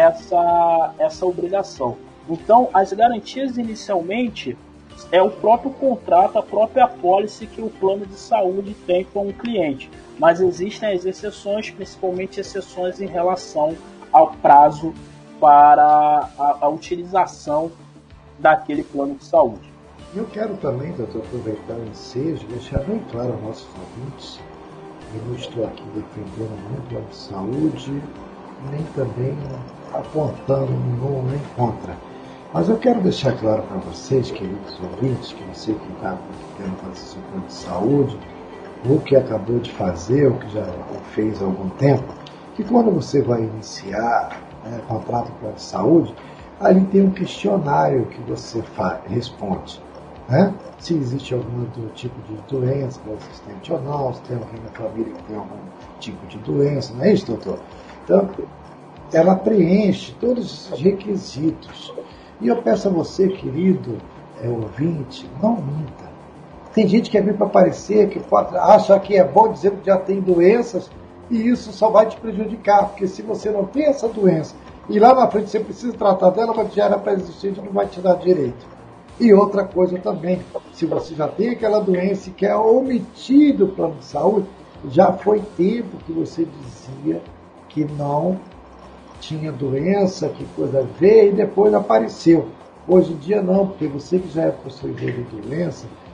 essa, essa obrigação. Então, as garantias inicialmente é o próprio contrato, a própria apólice que o plano de saúde tem com o cliente. Mas existem as exceções, principalmente exceções em relação ao prazo para a, a utilização daquele plano de saúde. Eu quero também, doutor, aproveitar o ensejo e deixar bem claro aos nossos ouvintes, eu não estou aqui defendendo muito o plano de saúde, nem também apontando no nem contra. Mas eu quero deixar claro para vocês, queridos ouvintes, que você que está querendo fazer seu plano de saúde, ou que acabou de fazer, ou que já fez há algum tempo, que quando você vai iniciar né, contrato com plano de saúde, ali tem um questionário que você faz, responde. Né? Se existe algum tipo de doença pré-existente ou não, se tem alguém na família que tem algum tipo de doença, não é isso, doutor? Então, ela preenche todos esses requisitos. E eu peço a você, querido é, ouvinte, não minta. Tem gente que vem para aparecer, que pode, acha que é bom dizer que já tem doenças, e isso só vai te prejudicar, porque se você não tem essa doença, e lá na frente você precisa tratar dela, mas já era pré-existente, não vai te dar direito. E outra coisa também, se você já tem aquela doença e quer omitir do plano de saúde, já foi tempo que você dizia que não tinha doença, que coisa veio e depois apareceu. Hoje em dia não, porque você que já é possuidor de doença,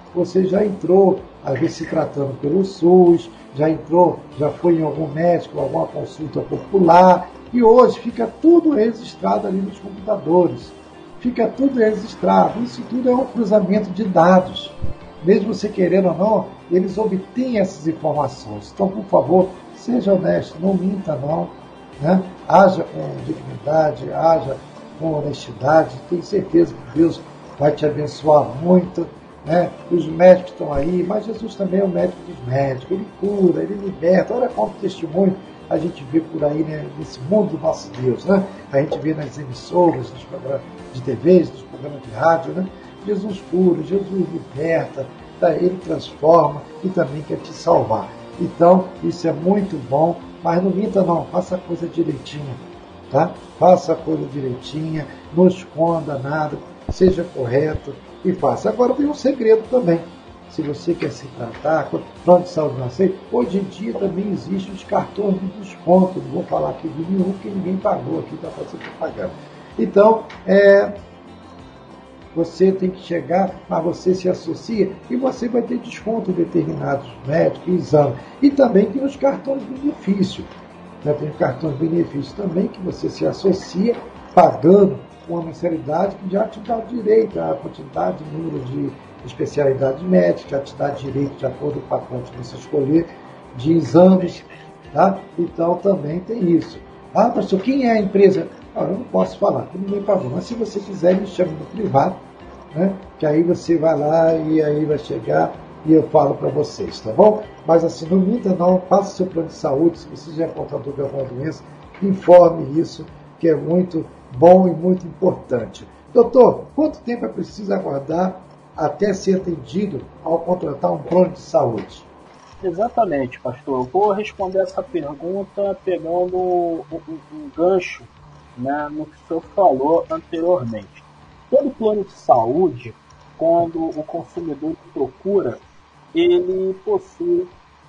você já entrou, às vezes se tratando pelo SUS, já entrou, já foi em algum médico, alguma consulta popular, e hoje fica tudo registrado ali nos computadores. Fica tudo registrado. Isso tudo é um cruzamento de dados. Mesmo você querendo ou não, eles obtêm essas informações. Então, por favor, seja honesto, não minta não, né? Haja com dignidade, haja com honestidade. Tenho certeza que Deus vai te abençoar muito, né? Os médicos estão aí, mas Jesus também é o médico dos médicos. Ele cura, ele liberta. Olha quanto testemunho a gente vê por aí, né, nesse mundo do nosso Deus, né? A gente vê nas emissoras, nos programas de T V, nos programas de rádio, né? Jesus cura, Jesus liberta, tá? Ele transforma e também quer te salvar. Então, isso é muito bom, mas não minta não, faça a coisa direitinha, tá? Faça a coisa direitinha, não esconda nada, seja correto e faça. Agora tem um segredo também. Se você quer se tratar, plano de saúde não aceita, hoje em dia também existem os cartões de desconto. Não vou falar aqui de nenhum, porque ninguém pagou aqui para fazer propaganda. Então, é, você tem que chegar, mas você se associa e você vai ter desconto em determinados médicos e exames. E também tem os cartões de benefício. Né? Tem os cartões de benefício também que você se associa pagando uma mensalidade que já te dá o direito à quantidade, número de especialidades médicas, já te dá direito, de acordo com o pacote que você escolher, de exames, tá? Então também tem isso. Ah, pastor, quem é a empresa? Ah, eu não posso falar, porque ninguém pagou, mas se você quiser, me chame no privado, né? Que aí você vai lá e aí vai chegar e eu falo para vocês, tá bom? Mas assim, não minta não, faça seu plano de saúde, se você já é portador de alguma doença, informe isso, que é muito bom e muito importante. Doutor, quanto tempo é preciso aguardar até ser atendido ao contratar um plano de saúde? Exatamente, pastor. Eu vou responder essa pergunta pegando um, um, um gancho, né, no que o senhor falou anteriormente. Todo plano de saúde, quando o consumidor procura, ele possui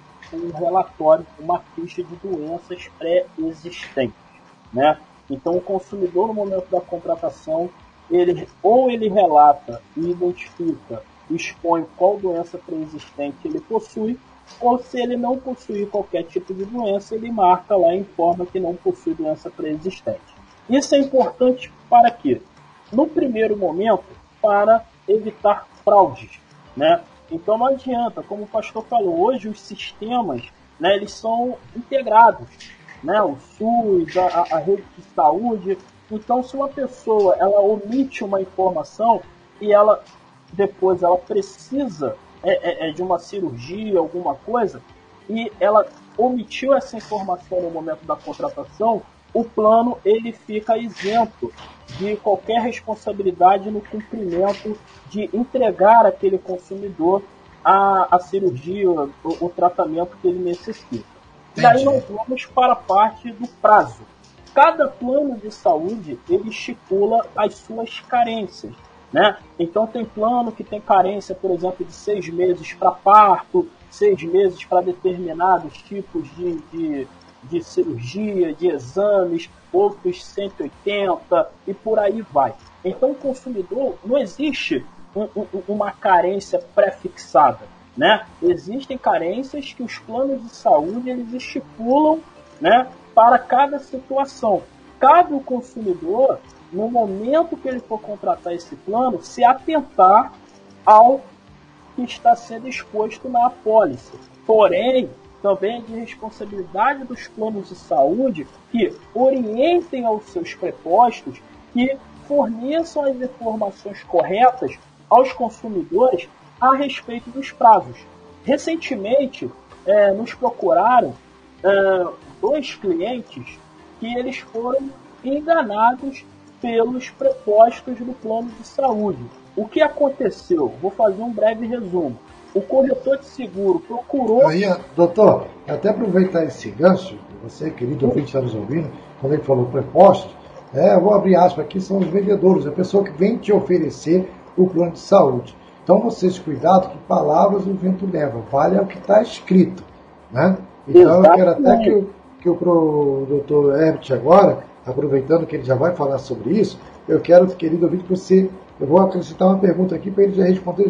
um relatório, uma ficha de doenças pré-existentes, né? Então, o consumidor, no momento da contratação, ele, ou ele relata e identifica, expõe qual doença pré-existente ele possui, ou se ele não possuir qualquer tipo de doença, ele marca lá e informa que não possui doença pré-existente. Isso é importante para quê? No primeiro momento, para evitar fraudes, né? Então não adianta, como o pastor falou, hoje os sistemas, né, eles são integrados, né? O SUS, a, a rede de saúde. Então, se uma pessoa ela omite uma informação e ela depois ela precisa é, é, de uma cirurgia, alguma coisa, e ela omitiu essa informação no momento da contratação, o plano ele fica isento de qualquer responsabilidade no cumprimento de entregar aquele consumidor a, a cirurgia, o, o tratamento que ele necessita. E aí nós vamos para a parte do prazo. Cada plano de saúde ele estipula as suas carências, né? Então tem plano que tem carência, por exemplo, de seis meses para parto, seis meses para determinados tipos de, de, de cirurgia, de exames, outros cento e oitenta e por aí vai. Então o consumidor, não existe um, um, uma carência pré-fixada, né? Existem carências que os planos de saúde eles estipulam, né, para cada situação. Cabe ao consumidor, no momento que ele for contratar esse plano, se atentar ao que está sendo exposto na apólice. Porém, também é de responsabilidade dos planos de saúde que orientem aos seus prepostos, que forneçam as informações corretas aos consumidores a respeito dos prazos. Recentemente, é, nos procuraram é, dois clientes que eles foram enganados pelos prepostos do plano de saúde. O que aconteceu? Vou fazer um breve resumo. O corretor de seguro procurou... Aí, doutor, até aproveitar esse gancho, você, querido ouvinte, está nos ouvindo, quando ele falou prepostos, é, eu vou abrir aspas aqui, são os vendedores, a pessoa que vem te oferecer o plano de saúde. Então, vocês cuidado que palavras o vento leva, vale ao que está escrito, né? Então, exatamente. Eu quero até que o, que o doutor Herbert agora, aproveitando que ele já vai falar sobre isso, eu quero, querido ouvinte, que você, eu vou acrescentar uma pergunta aqui para ele já responder junto.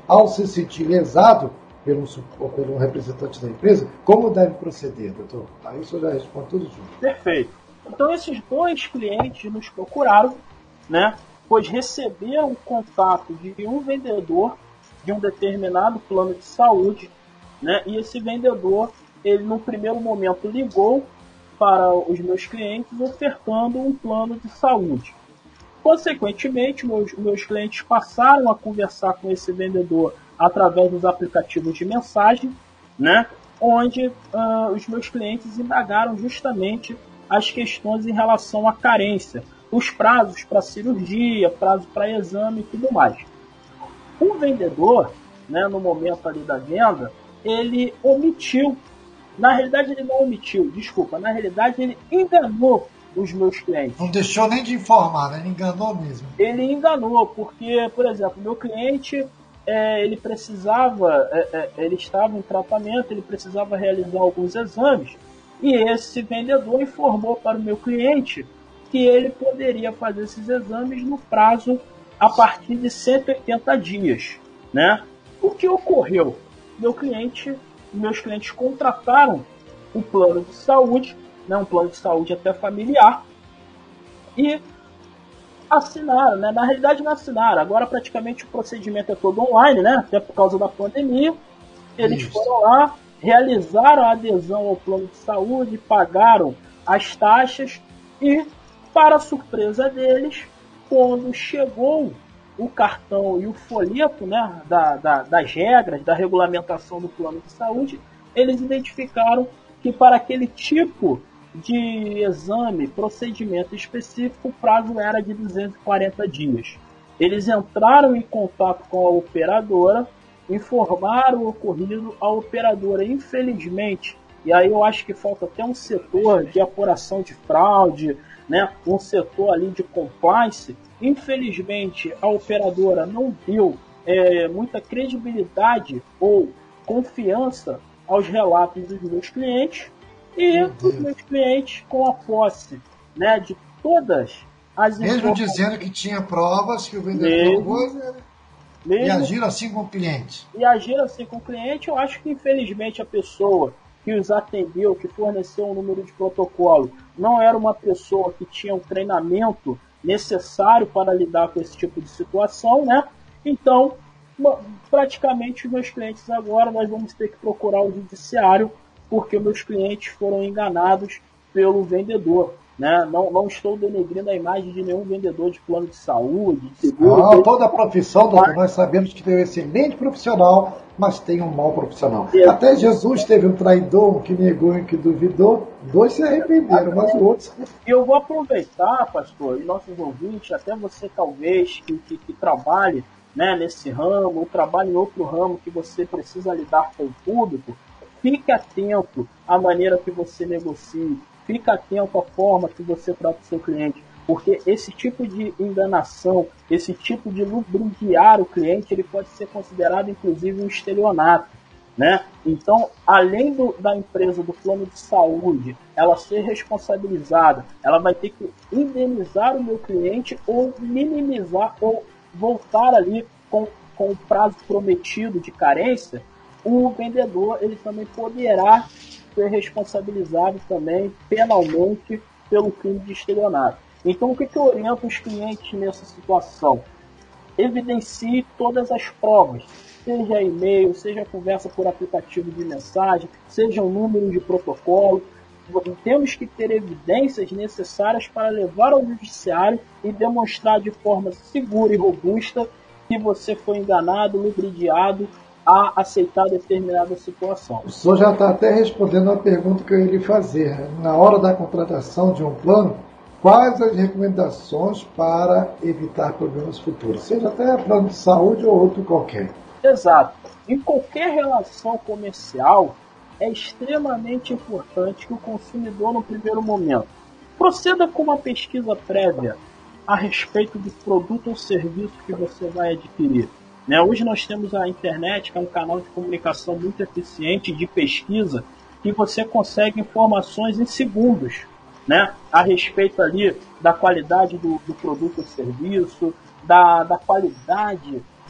ao se sentir lesado pelo, pelo representante da empresa, como deve proceder, doutor? Aí o senhor já responde tudo junto. Perfeito. Então esses dois clientes nos procuraram, né, pois receberam o contato de um vendedor de um determinado plano de saúde, né, e esse vendedor, ele no primeiro momento ligou para os meus clientes ofertando um plano de saúde. Consequentemente, meus, meus clientes passaram a conversar com esse vendedor através dos aplicativos de mensagem, né, onde uh, os meus clientes indagaram justamente as questões em relação à carência, os prazos para cirurgia, prazo para exame e tudo mais. O vendedor, né, no momento ali da venda, ele omitiu, na realidade ele não omitiu, desculpa, na realidade ele enganou os meus clientes. Não deixou nem de informar, né? Ele enganou mesmo. Ele enganou, porque, por exemplo, meu cliente, é, ele precisava, é, é, ele estava em tratamento, ele precisava realizar alguns exames, e esse vendedor informou para o meu cliente que ele poderia fazer esses exames no prazo a partir de cento e oitenta dias, né? O que ocorreu? Meu cliente, meus clientes contrataram um plano de saúde, né, um plano de saúde até familiar, e assinaram, né? Na realidade não assinaram, agora praticamente o procedimento é todo online, né? Até por causa da pandemia. Eles Isso. foram lá, realizaram a adesão ao plano de saúde, pagaram as taxas e, para surpresa deles, quando chegou o cartão e o folheto, né, da, da, das regras, da regulamentação do plano de saúde, eles identificaram que para aquele tipo de exame, procedimento específico, o prazo era de duzentos e quarenta dias. Eles entraram em contato com a operadora, informaram o ocorrido, a operadora, infelizmente, e aí eu acho que falta até um setor de apuração de fraude, né, um setor ali de compliance, infelizmente a operadora não deu é, muita credibilidade ou confiança aos relatos dos meus clientes, e os meus clientes, com a posse, né, de todas as mesmo dizendo que tinha provas que o vendedor provou, né? E agiram assim com o cliente. E agiram assim com o cliente, eu acho que infelizmente a pessoa que os atendeu, que forneceu um número de protocolo, não era uma pessoa que tinha um treinamento necessário para lidar com esse tipo de situação, né? Então, praticamente os meus clientes agora nós vamos ter que procurar o judiciário, porque meus clientes foram enganados pelo vendedor, né? Não, não estou denegrindo a imagem de nenhum vendedor de plano de saúde, de seguro. Não, toda a profissão, doutor, nós sabemos que tem um excelente profissional, mas tem um mau profissional. É. Até Jesus teve um traidor, um que negou e um que duvidou. Dois se arrependeram, mas o outro... E eu vou aproveitar, pastor, e nossos ouvintes, até você talvez que, que, que trabalhe, né, nesse ramo, ou trabalhe em outro ramo que você precisa lidar com o público, fique atento à maneira que você negocie, fique atento à forma que você trata o seu cliente, porque esse tipo de enganação, esse tipo de ludibriar o cliente, ele pode ser considerado inclusive um estelionato, né? Então, além do, da empresa do plano de saúde, ela ser responsabilizada, ela vai ter que indenizar o meu cliente ou minimizar ou voltar ali com, com o prazo prometido de carência. O vendedor, ele também poderá ser responsabilizado também penalmente pelo crime de estelionato. Então, o que, que eu oriento os clientes nessa situação? Evidencie todas as provas, seja e-mail, seja conversa por aplicativo de mensagem, seja um número de protocolo. Temos que ter evidências necessárias para levar ao judiciário e demonstrar de forma segura e robusta que você foi enganado, ludibriado a aceitar determinada situação. O senhor já está até respondendo a pergunta que eu ia lhe fazer. Na hora da contratação de um plano, quais as recomendações para evitar problemas futuros? Seja até plano de saúde ou outro qualquer. Exato. Em qualquer relação comercial, é extremamente importante que o consumidor, no primeiro momento, proceda com uma pesquisa prévia a respeito do produto ou serviço que você vai adquirir. Né? Hoje nós temos a internet, que é um canal de comunicação muito eficiente de pesquisa, que você consegue informações em segundos, né? A respeito ali da qualidade do, do produto ou serviço, da, da qualidade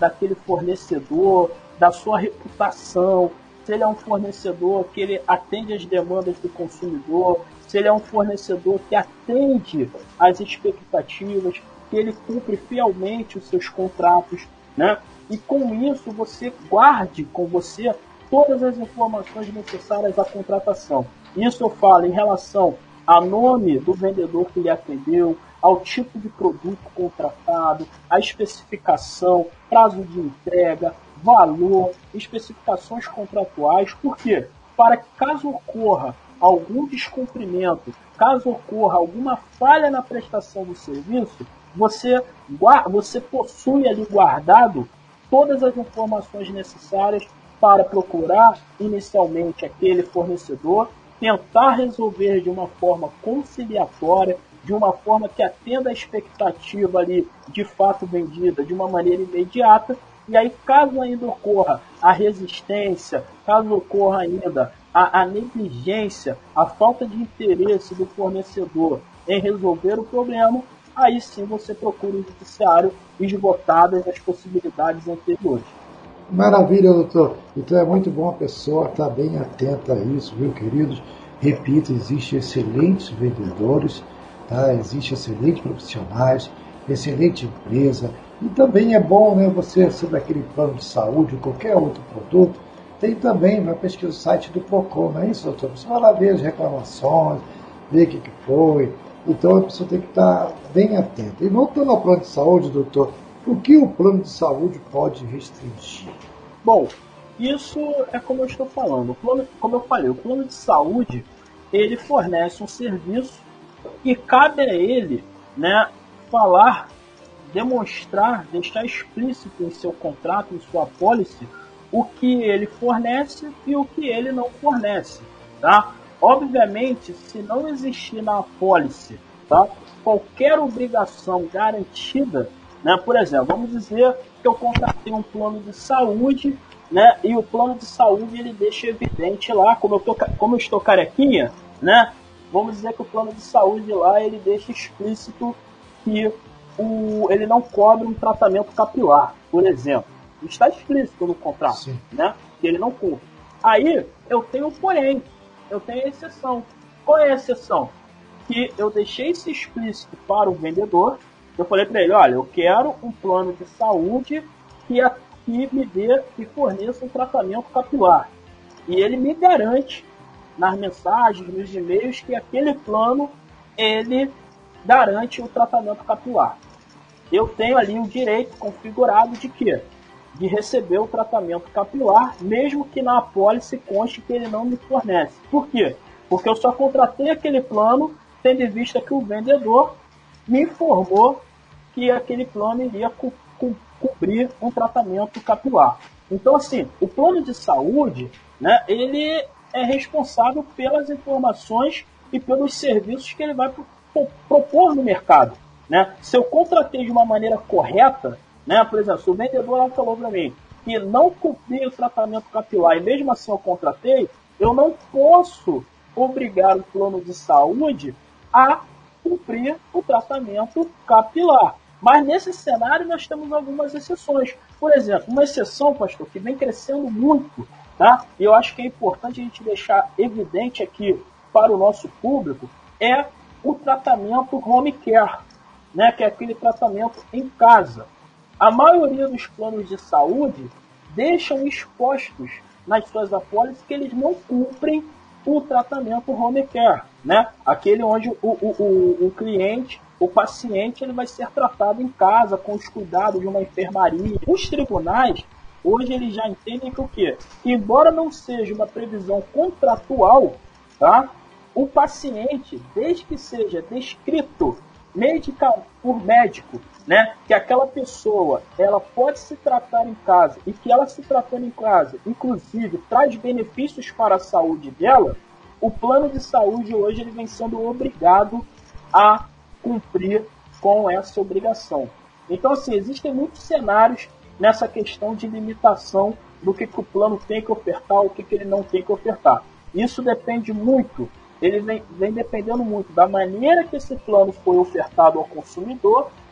daquele fornecedor, da sua reputação, se ele é um fornecedor que ele atende às demandas do consumidor, se ele é um fornecedor que atende às expectativas, que ele cumpre fielmente os seus contratos, né? E com isso você guarde com você todas as informações necessárias à contratação. Isso eu falo em relação ao nome do vendedor que lhe atendeu, ao tipo de produto contratado, a especificação, prazo de entrega, valor, especificações contratuais. Por quê? Para que caso ocorra algum descumprimento, caso ocorra alguma falha na prestação do serviço, você, você possui ali guardado todas as informações necessárias para procurar inicialmente aquele fornecedor, tentar resolver de uma forma conciliatória, de uma forma que atenda a expectativa ali de fato vendida de uma maneira imediata. E aí, caso ainda ocorra a resistência, caso ocorra ainda a, a negligência, a falta de interesse do fornecedor em resolver o problema, aí sim você procura o judiciário esgotadas as possibilidades anteriores. Maravilha, doutor. Então é muito bom a pessoa estar bem atenta a isso, viu, queridos? Repito, existem excelentes vendedores, tá? Existem excelentes profissionais, excelente empresa. E também é bom, né, você, sobre aquele plano de saúde ou qualquer outro produto, tem também, vai pesquisar o site do Procon, não é isso, doutor? Você vai lá ver as reclamações, ver o que, que foi. Então a pessoa tem que estar bem atenta. E voltando ao plano de saúde, doutor, o que o plano de saúde pode restringir? Bom, isso é como eu estou falando. O plano, como eu falei, o plano de saúde, ele fornece um serviço e cabe a ele, né, falar, demonstrar, deixar explícito em seu contrato, em sua apólice, o que ele fornece e o que ele não fornece, tá? Obviamente, se não existir na apólice, tá, qualquer obrigação garantida, né, por exemplo, vamos dizer que eu contratei um plano de saúde, né, e o plano de saúde ele deixa evidente lá, como eu, tô, como eu estou carequinha, né, vamos dizer que o plano de saúde lá ele deixa explícito que o, ele não cobre um tratamento capilar, por exemplo. Está explícito no contrato, sim, né, que ele não cobre. Aí eu tenho um porém, eu tenho a exceção. Qual é a exceção? Que eu deixei isso explícito para o vendedor. Eu falei para ele, olha, eu quero um plano de saúde que, a, que me dê, que forneça um tratamento capilar. E ele me garante, nas mensagens, nos e-mails, que aquele plano, ele garante o tratamento capilar. Eu tenho ali o direito configurado de quê? De receber o tratamento capilar, mesmo que na apólice conste que ele não me fornece. Por quê? Porque eu só contratei aquele plano tendo em vista que o vendedor me informou que aquele plano iria co- co- cobrir um tratamento capilar. Então, assim, o plano de saúde, né, ele é responsável pelas informações e pelos serviços que ele vai pro- pro- propor no mercado, né? Se eu contratei de uma maneira correta, né, por exemplo, se o vendedor lá falou para mim que não cumpria o tratamento capilar e mesmo assim eu contratei, eu não posso obrigar o plano de saúde a cumprir o tratamento capilar. Mas nesse cenário nós temos algumas exceções. Por exemplo, uma exceção, pastor, que vem crescendo muito, tá? E eu acho que é importante a gente deixar evidente aqui para o nosso público, é o tratamento home care, né? Que é aquele tratamento em casa. A maioria dos planos de saúde deixam expostos nas suas apólices que eles não cumprem o tratamento home care, né? Aquele onde o, o, o, o cliente, o paciente, ele vai ser tratado em casa com os cuidados de uma enfermaria. Os tribunais, hoje, eles já entendem que o quê? Embora não seja uma previsão contratual, tá? O paciente, desde que seja descrito médica, por médico, né, que aquela pessoa ela pode se tratar em casa e que ela se tratando em casa, inclusive, traz benefícios para a saúde dela, o plano de saúde hoje ele vem sendo obrigado a cumprir com essa obrigação. Então, assim, existem muitos cenários nessa questão de limitação do que, que o plano tem que ofertar, o que, que ele não tem que ofertar. Isso depende muito, ele vem, vem dependendo muito da maneira que esse plano foi ofertado ao consumidor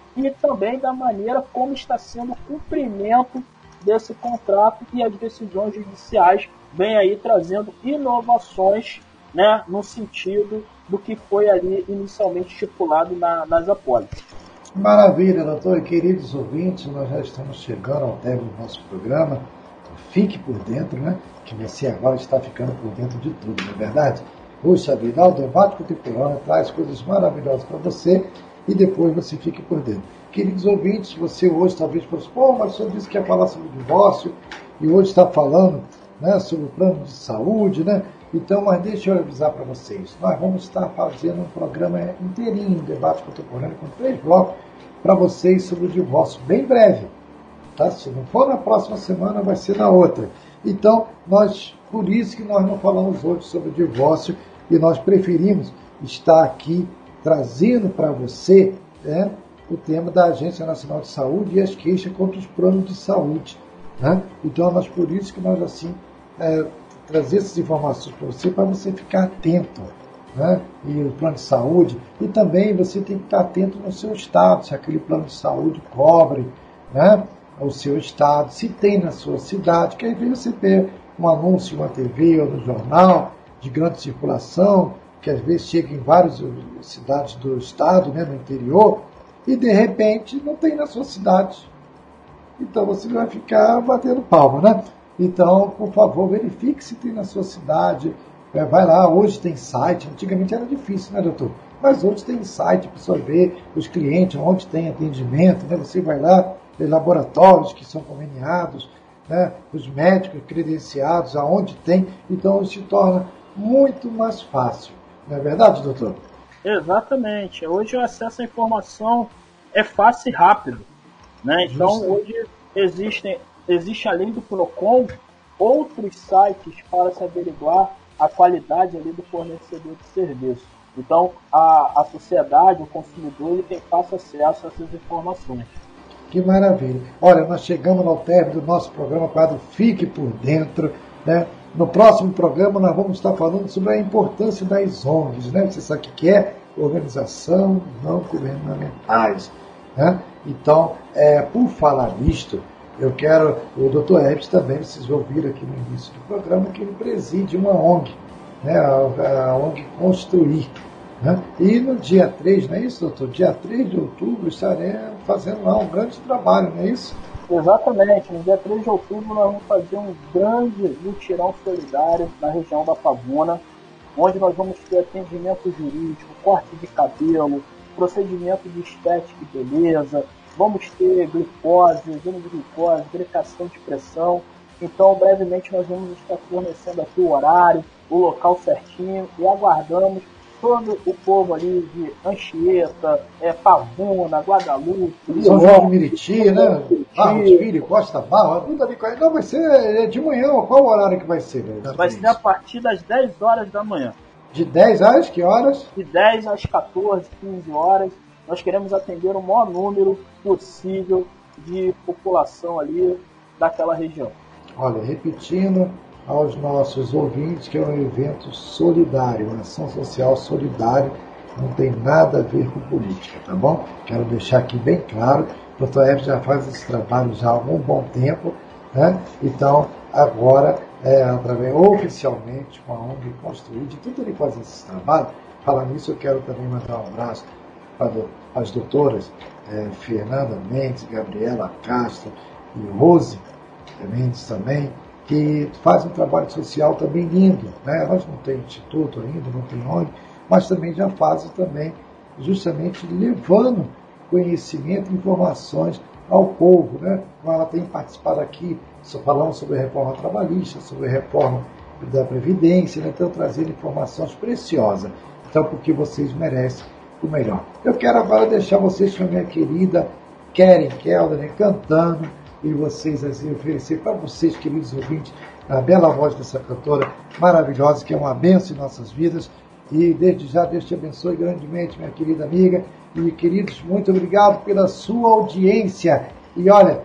e também da maneira como está sendo o cumprimento desse contrato e as decisões judiciais vêm aí trazendo inovações, né, no sentido do que foi ali inicialmente estipulado na, nas apólices. Maravilha, doutor. E queridos ouvintes, nós já estamos chegando ao término do nosso programa. Fique por dentro, né? Que você agora está ficando por dentro de tudo, não é verdade? Puxa vida, o debate contemporâneo traz coisas maravilhosas para você e depois você fique por dentro. Queridos ouvintes, você hoje talvez pense, pô, mas o senhor disse que ia falar sobre o divórcio e hoje está falando, né, sobre o plano de saúde, né? Então, mas deixa eu avisar para vocês, nós vamos estar fazendo um programa inteirinho, um debate contemporâneo com três blocos para vocês sobre o divórcio, bem breve. Tá? Se não for na próxima semana, vai ser na outra. Então, nós, por isso que nós não falamos hoje sobre o divórcio e nós preferimos estar aqui trazendo para você, né, o tema da Agência Nacional de Saúde e as queixas contra os planos de saúde. Né? Então, nós, por isso que nós assim é, trazer essas informações para você, para você ficar atento. Né? E o plano de saúde, e também você tem que estar atento no seu estado, se aquele plano de saúde cobre, né, o seu estado, se tem na sua cidade, que às vezes você vê um anúncio na T V ou no jornal de grande circulação, que às vezes chega em várias cidades do estado, né, no interior, e de repente não tem na sua cidade. Então você vai ficar batendo palma, né? Então, por favor, verifique se tem na sua cidade. Vai lá, hoje tem site, antigamente era difícil, né, doutor? Mas hoje tem site para você ver os clientes, onde tem atendimento, né? Você vai lá, tem laboratórios que são conveniados, né? Os médicos credenciados, aonde tem, então isso se torna muito mais fácil. Não é verdade, doutor? Exatamente. Hoje o acesso à informação é fácil e rápido, né? Então, Justo. hoje existem, existe além do Procon, outros sites para se averiguar a qualidade ali do fornecedor de serviço. Então, a, a sociedade, o consumidor, ele tem fácil acesso a essas informações. Que maravilha. Olha, nós chegamos ao término do nosso programa quadro Fique por Dentro, né? No próximo programa nós vamos estar falando sobre a importância das O N Gs, né? Você sabe o que é? Organização não governamentais, né? Então, é, por falar nisto, eu quero, o doutor Hermes também, vocês ouviram aqui no início do programa, que ele preside uma O N G, né, a, a O N G Construir. Né? E no dia três, não é isso, doutor? Dia três de outubro estarei fazendo lá um grande trabalho, não é isso? Exatamente, no dia três de outubro nós vamos fazer um grande mutirão solidário na região da Pavuna, onde nós vamos ter atendimento jurídico, corte de cabelo, procedimento de estética e beleza, vamos ter glicose, exame de glicose, verificação de pressão. Então, brevemente, nós vamos estar fornecendo aqui o horário, o local certinho e aguardamos todo o povo ali de Anchieta, é, Pavuna, Guadalupe, São João de Meriti, né? Barros Filho, Costa Barra, tudo ali. Não, vai ser de manhã. Qual o horário que vai ser? Velho? Vai ser a partir das dez horas da manhã. De dez às que horas? De dez às quatorze, quinze horas. Nós queremos atender o maior número possível de população ali daquela região. Olha, repetindo aos nossos ouvintes que é um evento solidário, uma ação social solidária, não tem nada a ver com política, tá bom? Quero deixar aqui bem claro, o doutor Hermes já faz esse trabalho já há algum bom tempo, né? Então, agora, é, através, oficialmente, com a O N G Construir, de tudo ele fazer esse trabalho. Falando nisso, eu quero também mandar um abraço para as doutoras é, Fernanda Mendes, Gabriela Castro e Rose Mendes também, que faz um trabalho social também lindo, né? Nós não temos instituto ainda, não tem O N G, mas também já fazem também, justamente levando conhecimento e informações ao povo, né? Ela tem participado aqui, falando sobre a reforma trabalhista, sobre a reforma da Previdência, né? Então trazendo informações preciosas, então porque vocês merecem o melhor. Eu quero agora deixar vocês com a minha querida Keren Kelder cantando, e vocês assim oferecer para vocês, queridos ouvintes, a bela voz dessa cantora maravilhosa, que é uma bênção em nossas vidas. E desde já Deus te abençoe grandemente, minha querida amiga. E queridos, muito obrigado pela sua audiência. E olha,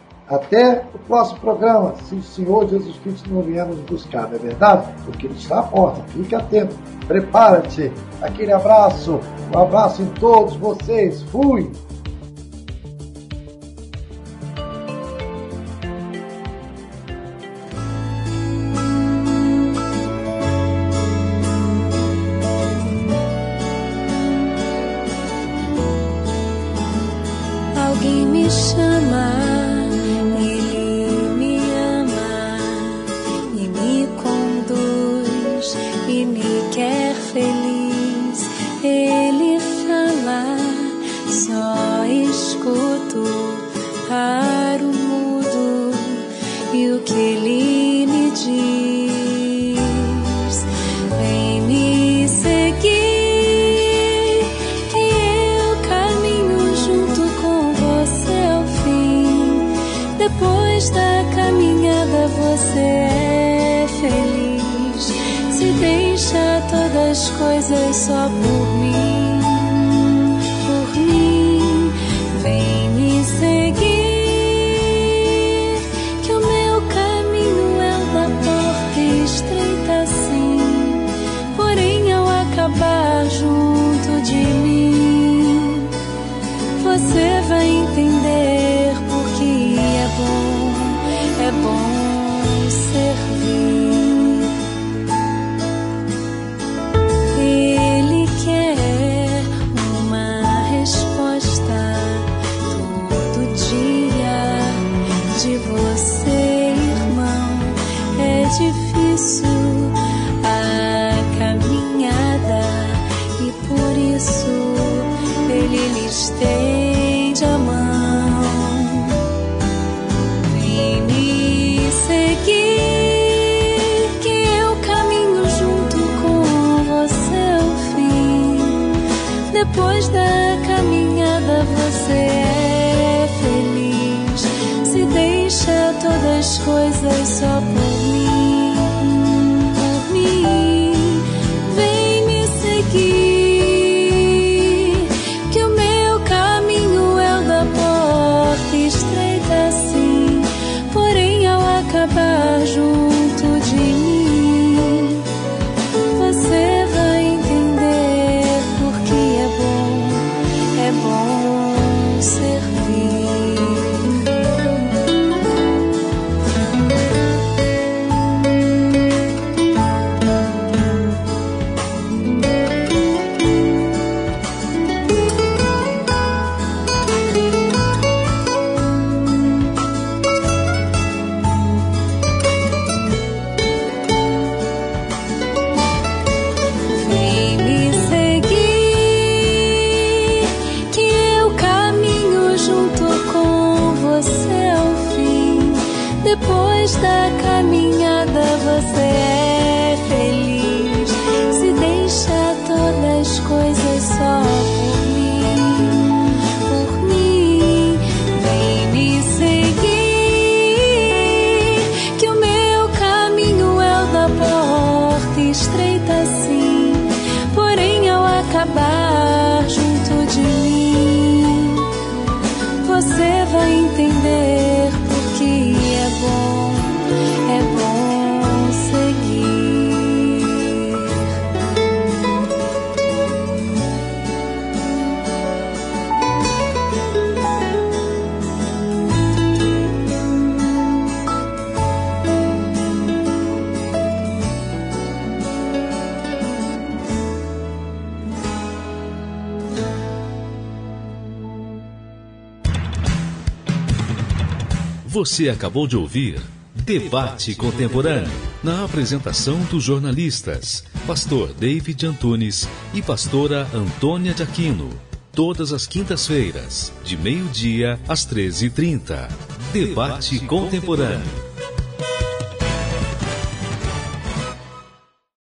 até o próximo programa, se o Senhor Jesus Cristo não vier nos buscar, não é verdade? Porque Ele está à porta, fique atento, prepara-te. Aquele abraço, um abraço em todos vocês. Fui! e o que ele me diz. Vem me seguir, que eu caminho junto com você ao fim. Depois da caminhada você é feliz, se deixa todas as coisas só por mim, por mim. Vem me seguir, que o meu caminho é o da porta estreita assim, porém ao acabar junto de mim, você vai entender porque é bom, é bom servir. Ele quer uma resposta todo dia de você, irmão. É difícil a caminhada e por isso ele lhe estende a mão. Vem me seguir, que eu caminho junto com você ao fim. Depois da caminhada você é feliz, se deixa todas as coisas só por mim, por mim. Vem me seguir, que o meu caminho é o da porta estreita assim, porém ao acabar junto de mim, você vai entender porque é bom, é bom servir. Vem me seguir, que eu caminho junto com você ao fim. Depois da caminhada você é feliz, se deixa todas as coisas só por mim, por mim. Vem me seguir, que o meu caminho é o da porta estreita assim, porém ao acabar junto de mim, você vai entender porque é bom, é bom seguir. Você acabou de ouvir Debate Contemporâneo, na apresentação dos jornalistas Pastor David Antunes e Pastora Antônia de Aquino, todas as quintas-feiras, de meio-dia às treze e trinta. Debate Contemporâneo.